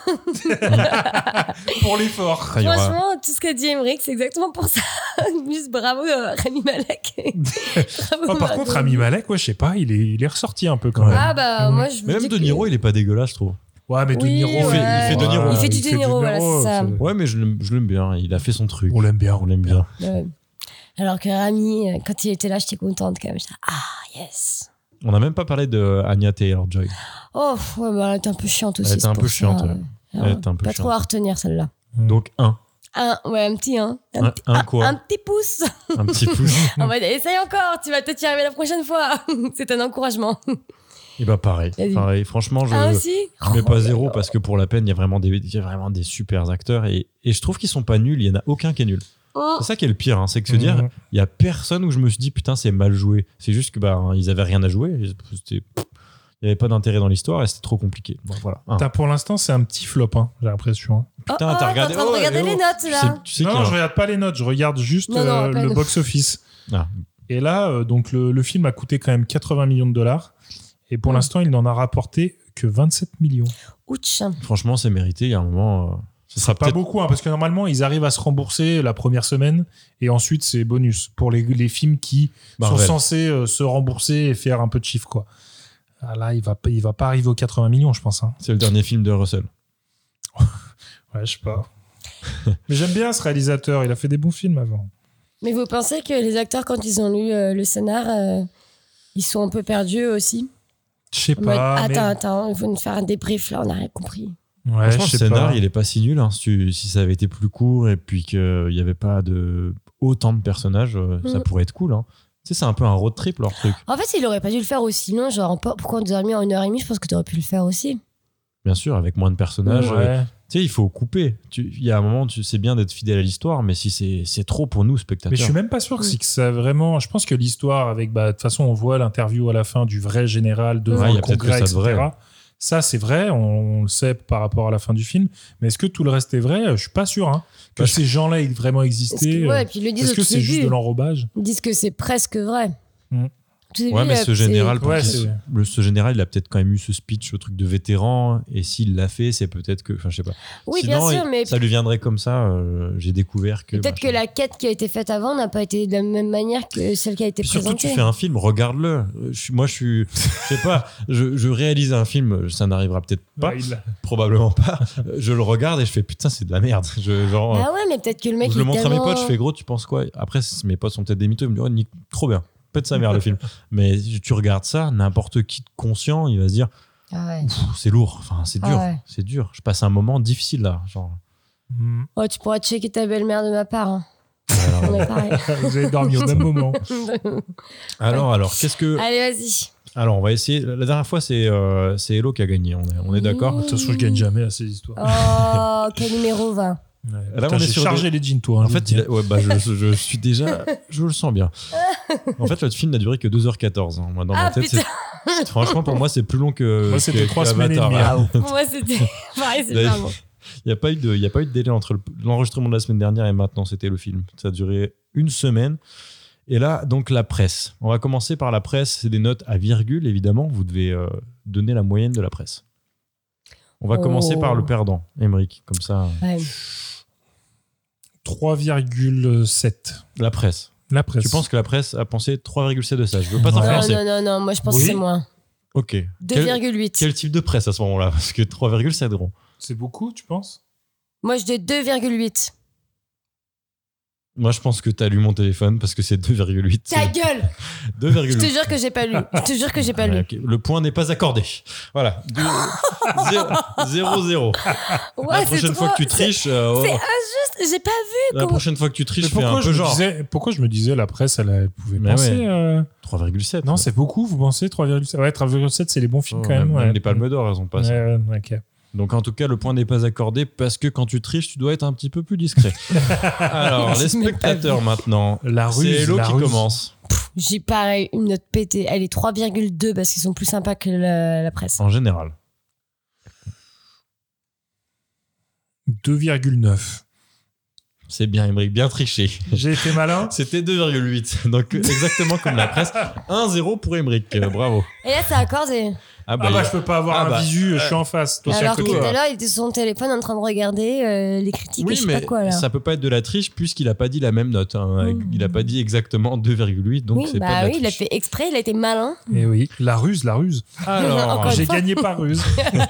Pour l'effort. Après, il y aura- Franchement, tout ce qu'a dit Emmerich, c'est exactement pour ça. Juste bravo, euh, Rami Malek. Bravo, Oh, par Margot. contre, Rami Malek, ouais, je sais pas, il est, il est ressorti un peu quand Ouais. même. Ah bah, Mm. moi, je vous Mais même dis De que- Niro, il est pas dégueulasse, je trouve. Ouais, mais De Oui, Niro, ouais. Il fait- il fait De Niro. Il fait du De Niro, voilà, c'est ça. Ouais, mais je l'aime je l'aime bien. Il a fait son truc. On l'aime bien. On l'aime bien. Ouais. Alors que Rami, euh, quand il était là, j'étais contente quand même. J'étais, ah, yes. On n'a même pas parlé de Anya Taylor-Joy. Oh, ouais, bah, elle était un peu chiante aussi. Elle était c'est un pour peu ça, chiante, ouais. euh, Elle ouais, était un peu Pas chiante. trop à retenir, celle-là. Donc un. Un, ouais, un petit, hein. Un, Un- petit- un quoi un petit pouce. Un petit pouce. En mode, essaye encore, tu vas peut-être y arriver la prochaine fois. C'est un encouragement. Et bah pareil. Vas-y. pareil. Franchement, je Ah, aussi je mets pas Oh, zéro parce que pour la peine, il y a vraiment des, il y a vraiment des super acteurs et, et je trouve qu'ils sont pas nuls. Il y en a aucun qui est nul. Oh. C'est ça qui est le pire, hein, c'est que se dire, Mhm. il y a personne où je me suis dit putain c'est mal joué. C'est juste que bah hein, ils avaient rien à jouer. C'était- Il n'y avait pas d'intérêt dans l'histoire et c'était trop compliqué. Bon, voilà. Un. Putain, pour l'instant, c'est un petit flop, hein, j'ai l'impression. Putain, oh, t'as oh, regardé- T'es en train de oh, regarder eh les oh. notes, Tu là. sais, tu sais Non, qu'il y a je un- regarde pas les notes, je regarde juste Non, non, euh, à peine. le box-office. Ah. Et là, euh, donc le, le film a coûté quand même quatre-vingts millions de dollars. Et pour Mm. l'instant, il n'en a rapporté que vingt-sept millions. Ouch. Franchement, c'est mérité. Il y a un moment, euh, ce sera Pas peut-être. beaucoup, hein, parce que normalement, ils arrivent à se rembourser la première semaine et ensuite, c'est bonus pour les, les films qui Marvel. sont censés euh, se rembourser et faire un peu de chiffre, quoi. Ah, là, il va, pas- il va pas arriver aux quatre-vingts millions, je pense. Hein. C'est le dernier film de Russell. Ouais, je sais pas. Mais j'aime bien ce réalisateur, il a fait des bons films avant. Mais vous pensez que les acteurs, quand ils ont lu euh, le scénar, euh, ils sont un peu perdus eux aussi? Je sais En mode, pas. attends, mais- attends, il faut nous faire un débrief là, on n'a rien compris. Ouais, Franchement, je le sais scénar, pas. il est pas si nul. Hein. Si, tu- si ça avait été plus court et puis qu'il n'y avait pas de autant de personnages, euh, ça Mm. pourrait être cool. Hein. Tu sais, c'est un peu un road trip leur truc. En fait, il aurait pas dû le faire aussi long. Genre, pas- pourquoi on nous a mis en une heure et demie? Je pense que tu aurais pu le faire aussi. Bien sûr, avec moins de personnages. Ouais. euh, Tu sais, il faut couper. Tu- Il y a un moment, tu sais bien d'être fidèle à l'histoire, mais si c'est, c'est trop pour nous, spectateurs. Mais je suis même pas sûr que c'est que ça vraiment. Je pense que l'histoire, avec. bah, De toute façon, on voit l'interview à la fin du vrai général devant Ouais, il y le a peut-être congrès, que ça de vrai. et cetera. Ça, c'est vrai, on, on le sait par rapport à la fin du film. Mais est-ce que tout le reste est vrai ? Je suis pas sûr hein, que Bah, je- ces gens-là aient vraiment Est-ce existé. que- ouais, et puis ils le disent Est-ce au que tout c'est juste début. de l'enrobage ? Ils disent que c'est presque vrai. Mm. Tout début, Ouais, mais là, ce c'est- général, pour Ouais, qu'il- c'est- le- ce général, il a peut-être quand même eu ce speech, le truc de vétéran, et s'il l'a fait, c'est peut-être que, enfin, je sais pas. Oui, Sinon, bien sûr, il- mais ça lui viendrait comme ça. euh, j'ai découvert que. peut-être que machin. la quête qui a été faite avant n'a pas été de la même manière que celle qui a été Puis surtout, présentée. tu fais un film, regarde-le. Euh, je suis- moi, je suis, je sais pas, je, je réalise un film, ça n'arrivera peut-être pas, Ouais, il l'a- probablement pas. Je le regarde et je fais putain, c'est de la merde. Je, genre, Ah ouais, mais peut-être que le mec je il le est montre à mes tellement- potes, je fais gros, tu penses quoi ? Après, mes potes sont peut-être des mythos, ils me disent oh, Nick, trop bien, pète sa mère le film. Mais tu regardes ça, n'importe qui de conscient, il va se dire Ah ouais. Pff, c'est lourd, enfin c'est Ah dur, ouais. c'est dur. Je passe un moment difficile là, genre. Mm. Oh, tu pourras checker ta belle-mère de ma part. Hein. Alors, On est pareil. Vous avez dormi au même moment. alors, alors, qu'est-ce que Allez, vas-y. Alors, on va essayer. La dernière fois, c'est euh, c'est Hello qui a gagné. On est, on est d'accord. De toute façon, je gagne jamais à ces histoires. Oh, quel numéro vingt. Ouais. Là, Putain, on est j'ai sur chargé les jeans, toi. hein, En je fait, vous le il dis. a- ouais, bah, je, je- je suis déjà. Je le sens bien. En fait, le film n'a duré que deux heures quatorze. hein. Moi, dans ma Ah tête, putain. c'est- franchement, pour moi, c'est plus long que. Moi, c'était que- trois que semaines et Avatar, demie, là. Pour moi, c'était pareil, c'est Là, pas bon. Il n'y a, pas eu de- il y a pas eu de délai entre le- l'enregistrement de la semaine dernière et maintenant, c'était le film. Ça a duré une semaine. Et là, donc, la presse. On va commencer par la presse. C'est des notes à virgule, évidemment. Vous devez euh, donner la moyenne de la presse. On va Oh. commencer par le perdant, Émeric. Comme ça, Ouais. trois virgule sept. la presse. La presse. Tu penses que la presse a pensé trois virgule sept de ça ? Je veux pas Non, Non, t'influencer. non, non, non, moi je pense Oui. que c'est moins. Ok. Quel, deux virgule huit. quel type de presse à ce moment-là ? Parce que trois virgule sept, gros. C'est beaucoup, tu penses ? Moi je dis deux virgule huit. Moi, je pense que t'as lu mon téléphone parce que c'est deux virgule huit. Ta gueule. deux Je virgule te huit. jure que j'ai pas lu. Je te jure que j'ai pas Ouais, lu. ok. Le point n'est pas accordé. Voilà. zéro zéro. Ouais, La c'est prochaine fois trop- que tu triches, euh, oh, C'est injuste, j'ai pas vu. la comment- prochaine fois que tu triches, Mais fais un pourquoi, peu je me genre disais, pourquoi je me disais la presse, elle, elle pouvait Mais penser ouais. euh, trois virgule sept. Non, c'est beaucoup, vous pensez trois virgule sept Ouais, trois virgule sept, c'est les bons films Oh, quand même. même, ouais. même les Palmes d'Or, elles ont pas ça. Ouais, ouais, ok. Donc en tout cas, le point n'est pas accordé parce que quand tu triches, tu dois être un petit peu plus discret. Alors, les J'ai même pas spectateurs vu. maintenant. La C'est ruse, Hello la qui ruse. commence. J'ai pareil, une note pétée. Elle est trois virgule deux parce qu'ils sont plus sympas que la, la presse. En général. deux virgule neuf. C'est bien, Émeric, bien triché. J'ai été malin. C'était deux virgule huit. Donc exactement comme la presse. un zéro pour Émeric. Euh, bravo. Et là, c'est accordé. Ah Ah bah, il- je peux pas avoir Ah un bah, visu, je suis en face. Toi, c'est à Alors que côté. tout à l'heure, il était sur son téléphone en train de regarder euh, les critiques et Oui, je sais mais pas quoi là. ça peut pas être de la triche puisqu'il a pas dit la même note. hein. Mm. Il a pas dit exactement deux virgule huit, donc oui, c'est pas de bah la oui, il a triche. fait exprès, il a été malin. Et oui, la ruse, la ruse. Alors, Encore J'ai une fois. gagné par ruse.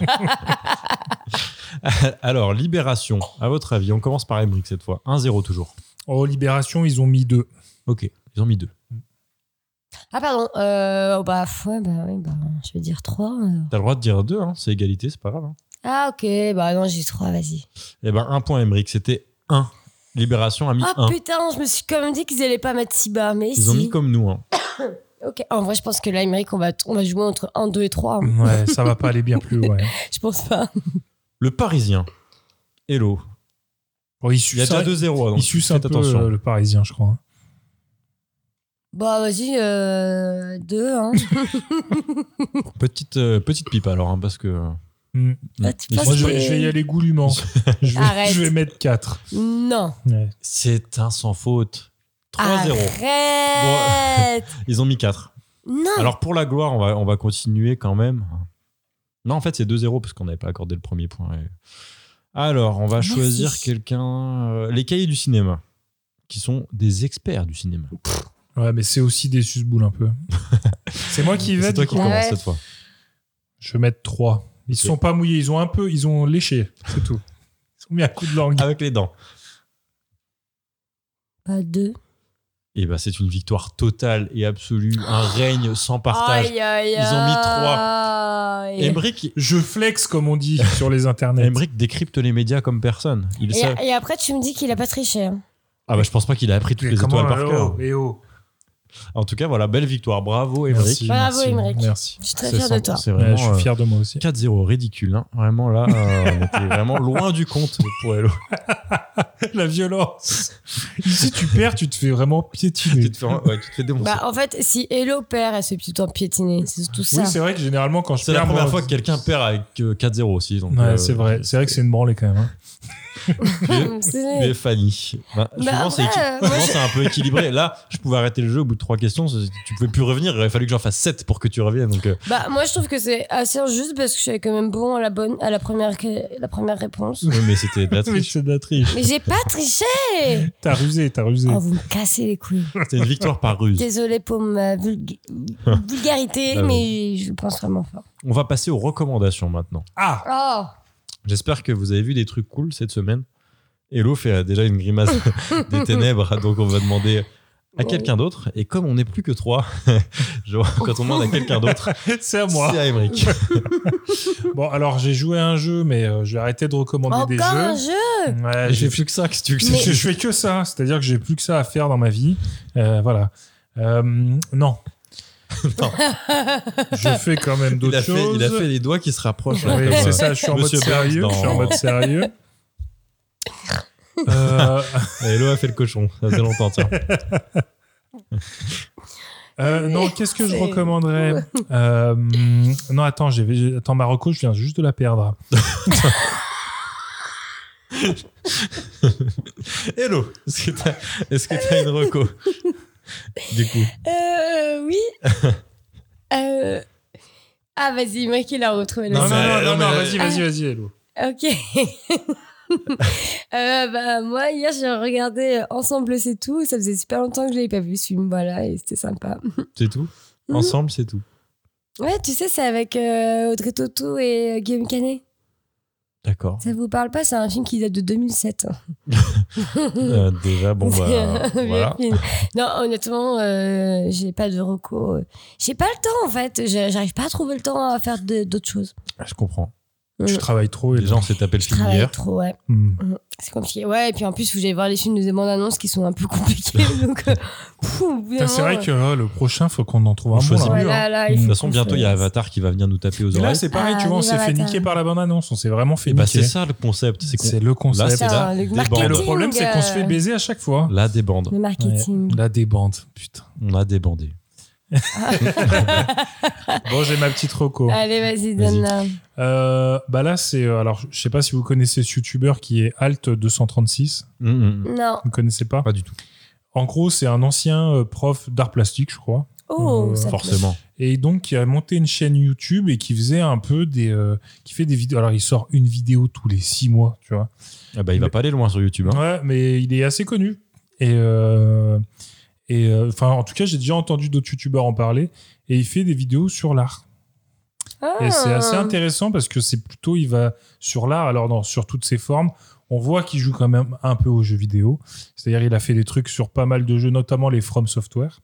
alors, Libération, à votre avis, on commence par Émeric cette fois. un zéro toujours. Oh, Libération, ils ont mis deux. Ok, ils ont mis deux. Ah pardon, euh, bah ouais, bah oui, bah je vais dire trois. alors. T'as le droit de dire deux, hein, c'est égalité, c'est pas grave. hein. Ah ok, bah non, j'ai trois, vas-y. Eh ben, un point Émeric, c'était un. Libération a mis Ah un. putain, je me suis quand même dit qu'ils allaient pas mettre si bas, mais Ils si. ont mis comme nous. hein. Ok, en vrai, je pense que là, Émeric, on va, on va jouer entre un, deux et trois. Ouais, ça va pas aller bien plus loin. Je pense pas. Le Parisien. Hello. Bon, il Il y suce a déjà un, deux zéro. il suce un faites peu attention. euh, le Parisien, je crois. Bah vas-y, euh, deux, hein. Petite, euh, petite pipe alors, hein, parce que. Mm. Ah, tu Il penses Moi, je que- vais, je vais y aller goulûment. je, vais, Arrête. je vais mettre quatre. Non. Ouais. C'est un sans faute. trois zéro. Arrête. Ils ont mis quatre. Non. Alors pour la gloire, on va, on va continuer quand même. Non, en fait, c'est deux zéro parce qu'on n'avait pas accordé le premier point. Et- Alors, on va Merci. choisir quelqu'un. euh, les cahiers du cinéma, qui sont des experts du cinéma. Ouais, mais c'est aussi des suce-boules un peu. c'est moi qui vais. C'est toi du qui coup. commence Ouais. cette fois. Je vais mettre trois. Ils Ok. sont pas mouillés, ils ont un peu, ils ont léché, c'est tout. Ils ont mis un coup de langue. Avec les dents. Pas deux. Et bah, c'est une victoire totale et absolue, un règne sans partage. Aïe, aïe, Ils ont mis aïe. Emmerich, Je flex, comme on dit sur les internets. Emmerich décrypte les médias comme personne. Il Et, sait. et après, tu me dis qu'il a pas triché. hein. Ah bah, je pense pas qu'il a appris toutes Mais les comment, étoiles par eh cœur. oh, eh oh. En tout cas, voilà, belle victoire. Bravo, Émeric. Merci, Bravo, merci, Émeric. Merci. Je suis très C'est fière de sympa, toi. C'est Ouais, vraiment, je suis fier de moi aussi. euh, quatre zéro, ridicule. Hein. Vraiment, là, euh, on était vraiment loin du compte pour Hello. La violence. Ici, tu perds, tu te fais vraiment piétiner. Tu te fais, ouais, tu te fais démoncer. Bah, en fait, si Hello perd, elle se fait plutôt piétiner. C'est surtout ça. Oui, c'est vrai que généralement, quand je C'est perds. la première moi, fois que quelqu'un perd avec euh, quatre zéro aussi. Donc, Ouais, euh, c'est vrai. C'est vrai que c'est une branlée quand même. hein. C'est- Mais Fanny. Bah, Bah, souvent, c'est, après, équi- euh, moi, souvent, je- c'est un peu équilibré. Là, je pouvais arrêter le jeu au bout de trois questions. c'est- Tu pouvais plus revenir. Il aurait fallu que j'en fasse sept pour que tu reviennes. Donc, euh, Bah, moi, je trouve que c'est assez injuste parce que je suis quand même bon à la, bonne, à la, première, la première réponse. oui, mais c'était de la Oui, triche. c'est de la triche. Mais j'ai pas triché. T'as rusé, t'as rusé. Oh, vous me cassez les couilles. C'était une victoire par ruse. Désolée pour ma vulg- vulgarité, Ah oui. mais je le pense vraiment fort. On va passer aux recommandations maintenant. Ah Oh, J'espère que vous avez vu des trucs cool cette semaine. Hello fait euh, déjà une grimace des ténèbres, donc on va demander à quelqu'un d'autre. Et comme on n'est plus que trois, je- quand on demande à quelqu'un d'autre, C'est à moi. c'est à Émeric. Bon, alors j'ai joué à un jeu, mais euh, je vais arrêter de recommander des encore jeux. un jeu. Ouais, J'ai j'ai plus que ça, qu'est-ce que tu veux que Mais- je- je fais que ça, c'est-à-dire que j'ai plus que ça à faire dans ma vie. Euh, voilà. Euh, non. Non. Je fais quand même il, d'autres a fait, choses. il a fait les doigts qui se rapprochent. là, Oui, comme, c'est euh, ça, je suis en mode Monsieur sérieux. Burns Je suis en dans- mode sérieux. Euh, Hello a fait le cochon, ça faisait longtemps, tiens. euh, non, qu'est-ce que je C'est- recommanderais Euh, Non, attends, j'ai, j'ai- attends, Marocco, je viens juste de la perdre. Hello, est-ce que t'as, est-ce que t'as une reco du coup? Euh, oui. euh... Ah, vas-y, mec, il a retrouvé le Non, non, mais- non, non, non, non, mais- vas-y, vas-y, vas-y, Hello. Ok. euh, bah, moi, hier, j'ai regardé Ensemble, c'est tout. Ça faisait super longtemps que je l'avais pas vu, ce film. Voilà, et c'était sympa. C'est tout? Ensemble, c'est tout. Ouais, tu sais, c'est avec euh, Audrey Tautou et euh, Guillaume Canet. D'accord. Ça vous parle pas? C'est un film qui date de deux mille sept. Euh, déjà, bon, C'est bah, un vieux voilà. film. Non, honnêtement, euh, j'ai pas de reco. J'ai pas le temps, en fait. J'ai- J'arrive pas à trouver le temps à faire de- d'autres choses. Je comprends. Tu Mm. travailles trop. Les Hello. gens s'est tapé le Je film travaille hier. trop, ouais. Hmm. Mm. C'est compliqué. Ouais, et puis en plus, faut que j'aille voir les films de bandes annonces qui sont un peu compliqués. donc, euh, pff, au bout d'un Putain, C'est vrai moment, que euh, le prochain, faut qu'on en trouve On un bon. choisit là. ouais, mieux, là, hein. là, il De faut De toute façon, qu'on bientôt, il y a fasse- Avatar qui va venir nous taper aux Et là, oreilles. c'est pareil, Ah, tu vois, on vive s'est fait Avatar. niquer par la bande-annonce. On s'est vraiment fait Et bah, niquer. c'est ça le concept. C'est qu'on- C'est le concept. Là, c'est Putain, la le débande. Et le marketing, problème, c'est qu'on se fait euh, baiser à chaque fois. La débande. Le marketing. Ouais, la débande, putain. On a débandé. Bon, j'ai ma petite reco. Allez, vas-y, Vas-y. donne-la. Euh, bah là, c'est. euh, alors, je sais pas si vous connaissez ce youtubeur qui est Alt deux cent trente-six. Hum, hum, hum. Non. Vous connaissez pas? Pas du tout. En gros, c'est un ancien euh, prof d'art plastique, je crois. Oh, Euh, ça plaît. Forcément. Et donc, qui a monté une chaîne YouTube et qui faisait un peu des. euh, qui fait des vidéos. Alors, il sort une vidéo tous les six mois, tu vois. Ah bah, il va Mais- pas aller loin sur YouTube. Hein. Ouais, mais il est assez connu. Et. euh, et euh, enfin, en tout cas, j'ai déjà entendu d'autres youtubeurs en parler. Et il fait des vidéos sur l'art. Et c'est assez Ah. intéressant parce que c'est plutôt, il va sur l'art, alors non, sur toutes ses formes. On voit qu'il joue quand même un peu aux jeux vidéo. C'est-à-dire, il a fait des trucs sur pas mal de jeux, notamment les From Software.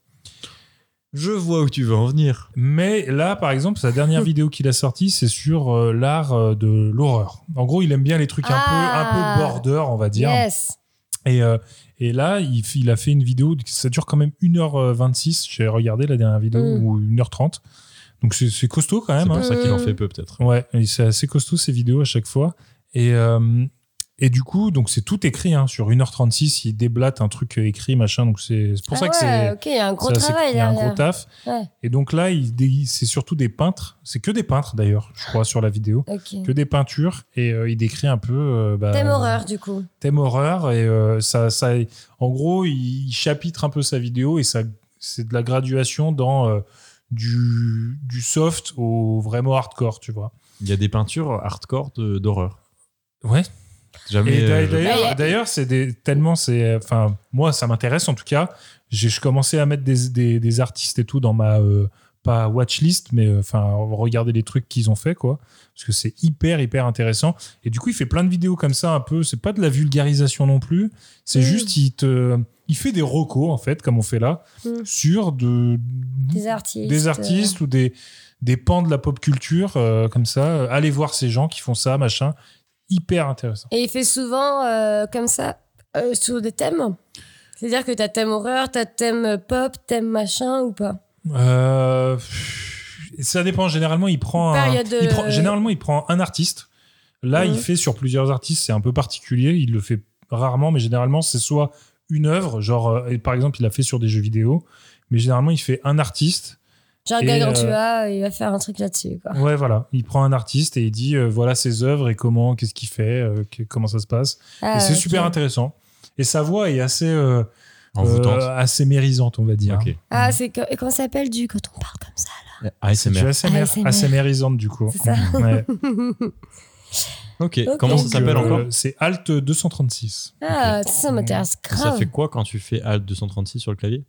Je vois où tu veux en venir. Mais là, par exemple, sa dernière vidéo qu'il a sortie, c'est sur euh, l'art euh, de l'horreur. En gros, il aime bien les trucs un, Ah. peu, un peu border, on va dire. Yes. Et, euh, et là, il, f- il a fait une vidéo, ça dure quand même une heure vingt-six. J'ai regardé la dernière vidéo, Mm. ou une heure trente. Donc c'est c'est costaud quand C'est même. pour hein. ça qu'il en Mm. fait peu, peut-être. Ouais, et c'est assez costaud ces vidéos à chaque fois. Et, euh, et du coup, donc c'est tout écrit. Hein. Sur une heure trente-six, il déblatte un truc écrit, machin. Donc c'est c'est pour Ah ça que ouais, c'est. ok, il y a un gros c'est assez- travail Il y a un derrière. gros taf. Ouais. Et donc là, il, dé- c'est surtout des peintres. C'est que des peintres d'ailleurs, je crois, sur la vidéo. Ok. Que des peintures. Et euh, il décrit un peu. euh, bah, Thème horreur, du coup. thème horreur. Et euh, ça, ça, en gros, il, il chapitre un peu sa vidéo et ça, c'est de la graduation dans euh, du, du soft au vraiment hardcore, tu vois. Il y a des peintures hardcore de- d'horreur. Ouais. Jamais. Et d'a- euh, d'ailleurs, Ouais. d'ailleurs, c'est des, tellement c'est, enfin, moi, ça m'intéresse en tout cas. J'ai, je commençais à mettre des, des, des artistes et tout dans ma euh, pas watchlist, mais euh, enfin, regarder les trucs qu'ils ont fait, quoi, parce que c'est hyper hyper intéressant. Et du coup, il fait plein de vidéos comme ça, un peu. C'est pas de la vulgarisation non plus. C'est Mm. juste, il te, il fait des recos en fait, comme on fait là, Mm. sur de Des artistes. des artistes ou des des pans de la pop culture euh, comme ça. Allez voir ces gens qui font ça, machin. Hyper intéressant. Et il fait souvent euh, comme ça, euh, sur des thèmes. C'est-à-dire que t'as thème horreur, t'as thème pop, thème machin ou pas? Euh, ça dépend. Généralement, il prend, un, Période de- il prend, généralement, il prend un artiste. Là, Mhm. il fait sur plusieurs artistes. C'est un peu particulier. Il le fait rarement, mais généralement, c'est soit une œuvre, genre, euh, et par exemple, il l'a fait sur des jeux vidéo, mais généralement, il fait un artiste. Genre Et, Gargantua, il va faire un truc là-dessus, quoi. Ouais, voilà. Il prend un artiste et il dit euh, voilà ses œuvres et comment, qu'est-ce qu'il fait, euh, que- comment ça se passe. Ah, et c'est ok. super intéressant. Et sa voix est assez, euh, Envoûtante. euh, assez mérisante, on va dire. Ok. Ah, c'est co- et comment ça s'appelle du quand on parle comme ça là? A S M C'est R. A S M R, A S M R. A S M Risante, du coup. C'est ça. Ouais. Ok. Ok. Comment ça s'appelle Donc, euh, encore? C'est Alt deux cent trente-six. Ah, ça m'intéresse grave. Ça fait quoi quand tu fais Alt deux cent trente-six sur le clavier?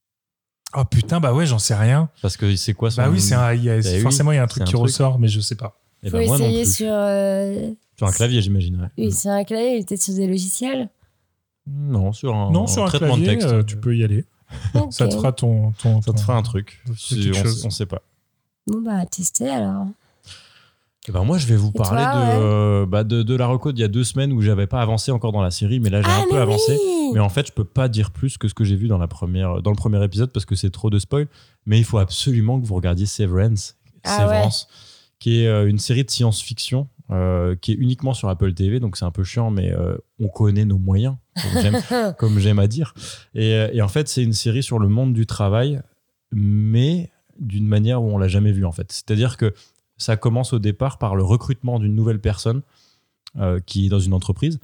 Oh putain, bah ouais, j'en sais rien. Parce que c'est quoi son... Bah oui, c'est un, il y a- Bah oui, forcément, il y a un truc c'est un qui truc. ressort, mais je sais pas. Eh Faut ben, moi non essayer plus. sur. euh, Sur un clavier, j'imagine. Ouais. Oui, sur un clavier, peut-être sur des logiciels. Non, sur un, non, sur un traitement clavier, de texte. euh, tu peux y aller. Ok. Ça te fera ton. ton, Ça te ton- fera un truc. ton- C'est- quelque on, chose. on sait pas. Bon, bah, tester alors. Eh ben moi, je vais vous Et parler toi, de, ouais euh, bah, de, de la reco d'il y a deux semaines où j'avais pas avancé encore dans la série, mais là j'ai Ah, un peu mais avancé. oui Mais en fait, je peux pas dire plus que ce que j'ai vu dans, la première, dans le premier épisode parce que c'est trop de spoil. Mais il faut absolument que vous regardiez Severance, Ah Severance qui est euh, une série de science-fiction euh, qui est uniquement sur Apple T V. Donc c'est un peu chiant, mais euh, on connaît nos moyens, comme j'aime, comme j'aime à dire. Et, euh, et en fait, c'est une série sur le monde du travail, mais d'une manière où on l'a jamais vu en fait. C'est-à-dire que ça commence au départ par le recrutement d'une nouvelle personne euh, qui est dans une entreprise.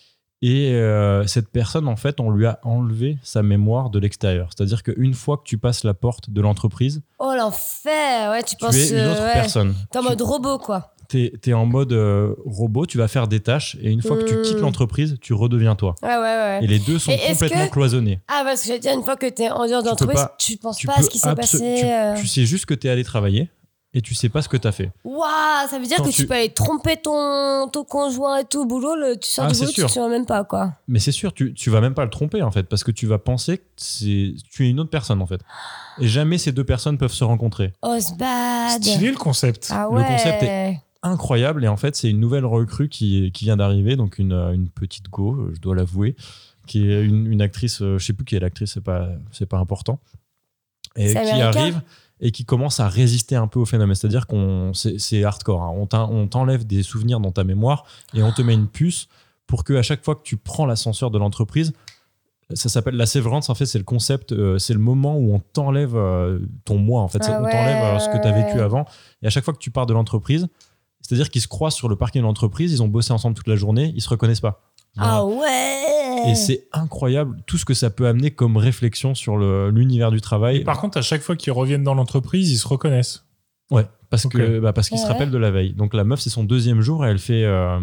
Et euh, cette personne, en fait, on lui a enlevé sa mémoire de l'extérieur. C'est-à-dire qu'une fois que tu passes la porte de l'entreprise, Oh l'enfer, ouais, tu tu penses. es une euh, autre ouais. personne. T'es en Tu mode robot, quoi. es, en mode euh, robot, tu vas faire des tâches, et une fois que tu Mm. quittes l'entreprise, tu redeviens toi. Ouais, ouais, ouais. Et les deux sont Et est-ce complètement que- cloisonnés. Ah, parce que j'allais dire, une fois que t'es en dehors Tu peux d'entreprise, pas- tu penses Tu pas à peux ce qui s'est abso- passé. tu, euh. tu sais juste que tu es allé travailler, et tu sais pas ce que tu as fait. Waouh, ça veut dire Quand que tu... tu- peux aller tromper ton, ton conjoint et tout au boulot, le... tu sors Ah, du c'est boulot, tu sûr. te souviens même pas, quoi. Mais c'est sûr, tu, tu vas même pas le tromper en fait, parce que tu vas penser que c'est, tu es une autre personne en fait. Et jamais ces deux personnes peuvent se rencontrer. Osbad. Stylé le concept. Ah Le ouais. concept est- Incroyable, et en fait c'est une nouvelle recrue qui, qui vient d'arriver, donc une, une petite go, je dois l'avouer, qui est une, une actrice, euh, je sais plus qui est l'actrice, c'est pas, c'est pas important, et C'est qui américain arrive et qui commence à résister un peu au phénomène. C'est-à-dire qu'on c'est, c'est hardcore, hein. On, t'en- on t'enlève des souvenirs dans ta mémoire et on te met une puce pour que à chaque fois que tu prends l'ascenseur de l'entreprise, ça s'appelle la sévrance, en fait c'est le concept, euh, c'est le moment où on t'enlève euh, ton moi en fait. Ah C'est- on ouais, t'enlève euh, ce que tu as vécu ouais. avant, et à chaque fois que tu pars de l'entreprise, c'est-à-dire qu'ils se croisent sur le parking de l'entreprise, ils ont bossé ensemble toute la journée, ils se reconnaissent pas. Ah ouais. Et c'est incroyable tout ce que ça peut amener comme réflexion sur le- l'univers du travail. Et par contre, à chaque fois qu'ils reviennent dans l'entreprise, ils se reconnaissent. Ouais, parce Ok. que bah, parce qu'il se Ouais. rappelle de la veille. Donc la meuf, c'est son deuxième jour et elle fait. euh,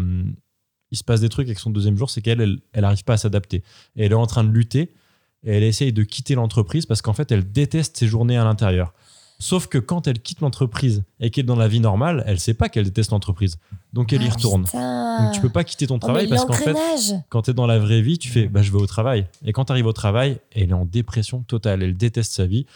il se passe des trucs avec son deuxième jour, c'est qu'elle, elle, elle arrive pas à s'adapter. Et elle est en train de lutter et elle essaye de quitter l'entreprise parce qu'en fait, elle déteste ses journées à l'intérieur. Sauf que quand elle quitte l'entreprise et qu'elle est dans la vie normale, elle sait pas qu'elle déteste l'entreprise. Donc elle y Ah, retourne. putain. Donc tu peux pas quitter ton Oh, travail mais parce qu'en fait, l'engrenage. quand tu es dans la vraie vie, tu fais bah, je vais au travail. Et quand tu arrives au travail, elle est en dépression totale. Elle déteste sa vie.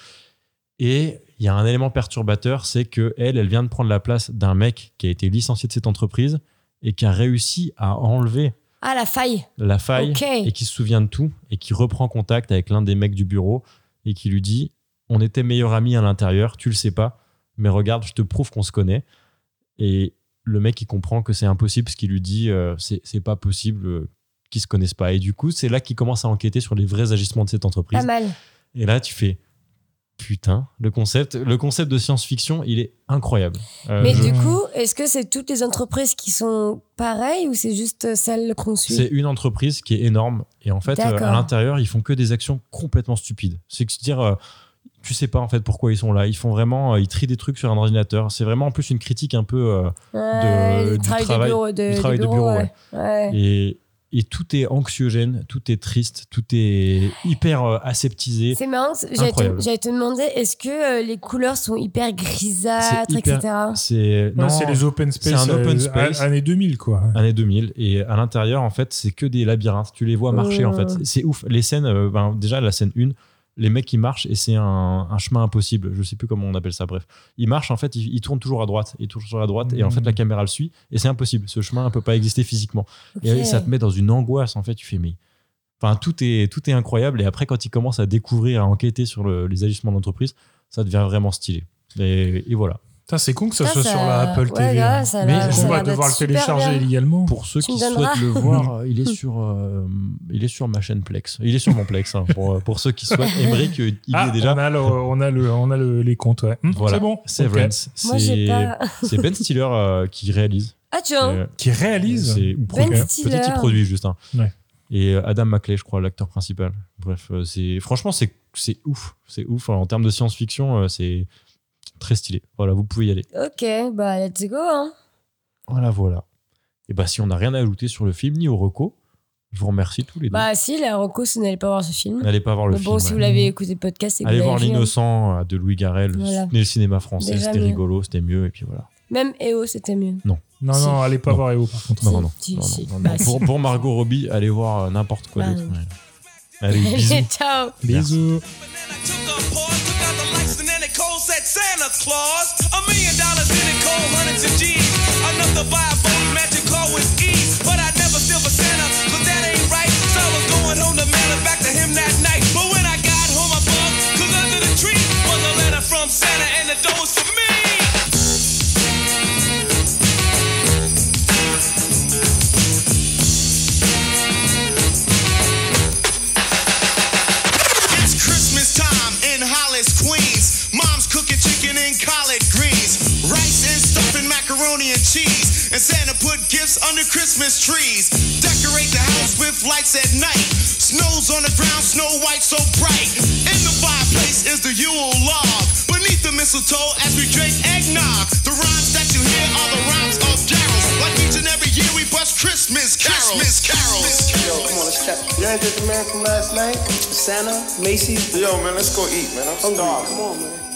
Et il y a un élément perturbateur, c'est que elle, elle vient de prendre la place d'un mec qui a été licencié de cette entreprise et qui a réussi à enlever Ah, la faille. la faille Ok. et qui se souvient de tout et qui reprend contact avec l'un des mecs du bureau et qui lui dit on était meilleurs amis à l'intérieur, tu le sais pas, mais regarde, je te prouve qu'on se connaît. Et le mec, il comprend que c'est impossible, ce qu'il lui dit, euh, c'est, c'est pas possible euh, qu'ils se connaissent pas. Et du coup, c'est là qu'il commence à enquêter sur les vrais agissements de cette entreprise. Pas mal. Et là, tu fais putain, le concept, le concept de science-fiction, il est incroyable. Euh, Mais je- du coup, est-ce que c'est toutes les entreprises qui sont pareilles ou c'est juste celles qu'on suit? C'est une entreprise qui est énorme et en fait, euh, D'accord. à l'intérieur, ils font que des actions complètement stupides. C'est que se dire, euh, tu sais pas en fait pourquoi ils sont là. Ils font vraiment, euh, ils trient des trucs sur un ordinateur. C'est vraiment en plus une critique un peu euh, Ouais, de- le du travail travail- de bureau. De, du travail de bureau, bureau, ouais. Ouais. et, et tout est anxiogène, tout est triste, tout est hyper euh, aseptisé. C'est marrant, j'allais te, Incroyable. j'allais te demander, est-ce que euh, les couleurs sont hyper grisâtres, C'est hyper- et cetera? C'est non, Ouais, c'est les open space. c'est un open euh, space. Année deux mille, quoi. Année deux mille, et à l'intérieur en fait c'est que des labyrinthes, tu les vois marcher en fait, Mmh. c'est, c'est ouf. Les scènes, euh, ben, déjà la scène un, les mecs qui marchent et c'est un, un chemin impossible, je sais plus comment on appelle ça, bref, ils marchent en fait, ils, ils tournent toujours à droite, ils tournent toujours à droite et en fait la caméra le suit et c'est impossible, ce chemin ne peut pas exister physiquement. Ok. Et ça te met dans une angoisse en fait, tu fais mais Enfin, tout est, tout est incroyable. Et après, quand il commence à découvrir, à enquêter sur le- les agissements de l'entreprise, ça devient vraiment stylé. Et, et voilà. Putain, c'est con que ça Ça, soit ça- sur la Apple ouais, T V. là, hein. ça a Mais l'air- on ça a On va l'air devoir le d'être super télécharger bien. également. Pour ceux Tu qui me donneras. souhaitent le voir, il est sur, euh, il est sur ma chaîne Plex. Il est sur mon Plex. Hein, pour, pour ceux qui souhaitent. Emmerich, il y Ah, est déjà. on a, le, on a, le, on a le- les comptes, ouais. Hum, Voilà. C'est bon. Severance. Moi, j'ai C'est pas. c'est Ben Stiller euh, qui réalise. Ah, tiens. Euh, Qui réalise. c'est- ou Ben produit. Stiller. Peut-être qu'il produit juste. Hein. Ouais. Et euh, Adam McKay, je crois, l'acteur principal. Bref, euh, c'est franchement, c'est c'est ouf. C'est ouf. En termes de science-fiction, euh, c'est très stylé. Voilà, vous pouvez y aller. Ok, bah, let's go, hein. Voilà, voilà. Et bah, si on n'a rien à ajouter sur le film ni au reco, je vous remercie tous les deux. Bah, si, la Rocco, si vous n'allez pas voir ce film. N'allez pas voir le Mais film. bon, si ouais. vous l'avez écouté le podcast, c'est que Allez vous voir l'avez vu, hein. L'Innocent euh, de Louis Garrel. Voilà. Soutenez le cinéma français. Déjà C'était mieux. rigolo, c'était mieux. Et puis voilà. Même E O, c'était mieux. Non, Si. non, allez pas Non. voir E O par contre. Non, non, non. Si, non, si. non, non, Bah, non. si. Pour, pour Margot Robbie, allez voir euh, n'importe quoi Bah, d'autre. non. ouais. Allez, bisous. Ciao. Bisous. Took a pause, took out the lights, and then it cold said Santa Claus. A million dollars in it, cold hundreds of G's. Enough to buy a phone magic car with ease. But I never steal for Santa, cause that ain't right. So I was going home to mail it back to him that night. But when I got home, I bugged, cause under the tree was a letter from Santa, and the door was for me. It's Christmas time in Hollis, Queens. Mom's cooking chicken and collard greens, rice and stuffing macaroni and cheese. And Santa put gifts under Christmas trees. Decorate the house with lights at night. Snow's on the ground, snow white so bright. In the fireplace is the Yule log. Beneath the mistletoe as we drink eggnog. The rhymes that you hear are the rhymes of carols. Like each and every year we bust Christmas carols. Christmas carols. Yo, come on, let's check. You ain't get the man from last night? Santa, Macy's. Yo, man, let's go eat, man. I'm starving. Come on, man.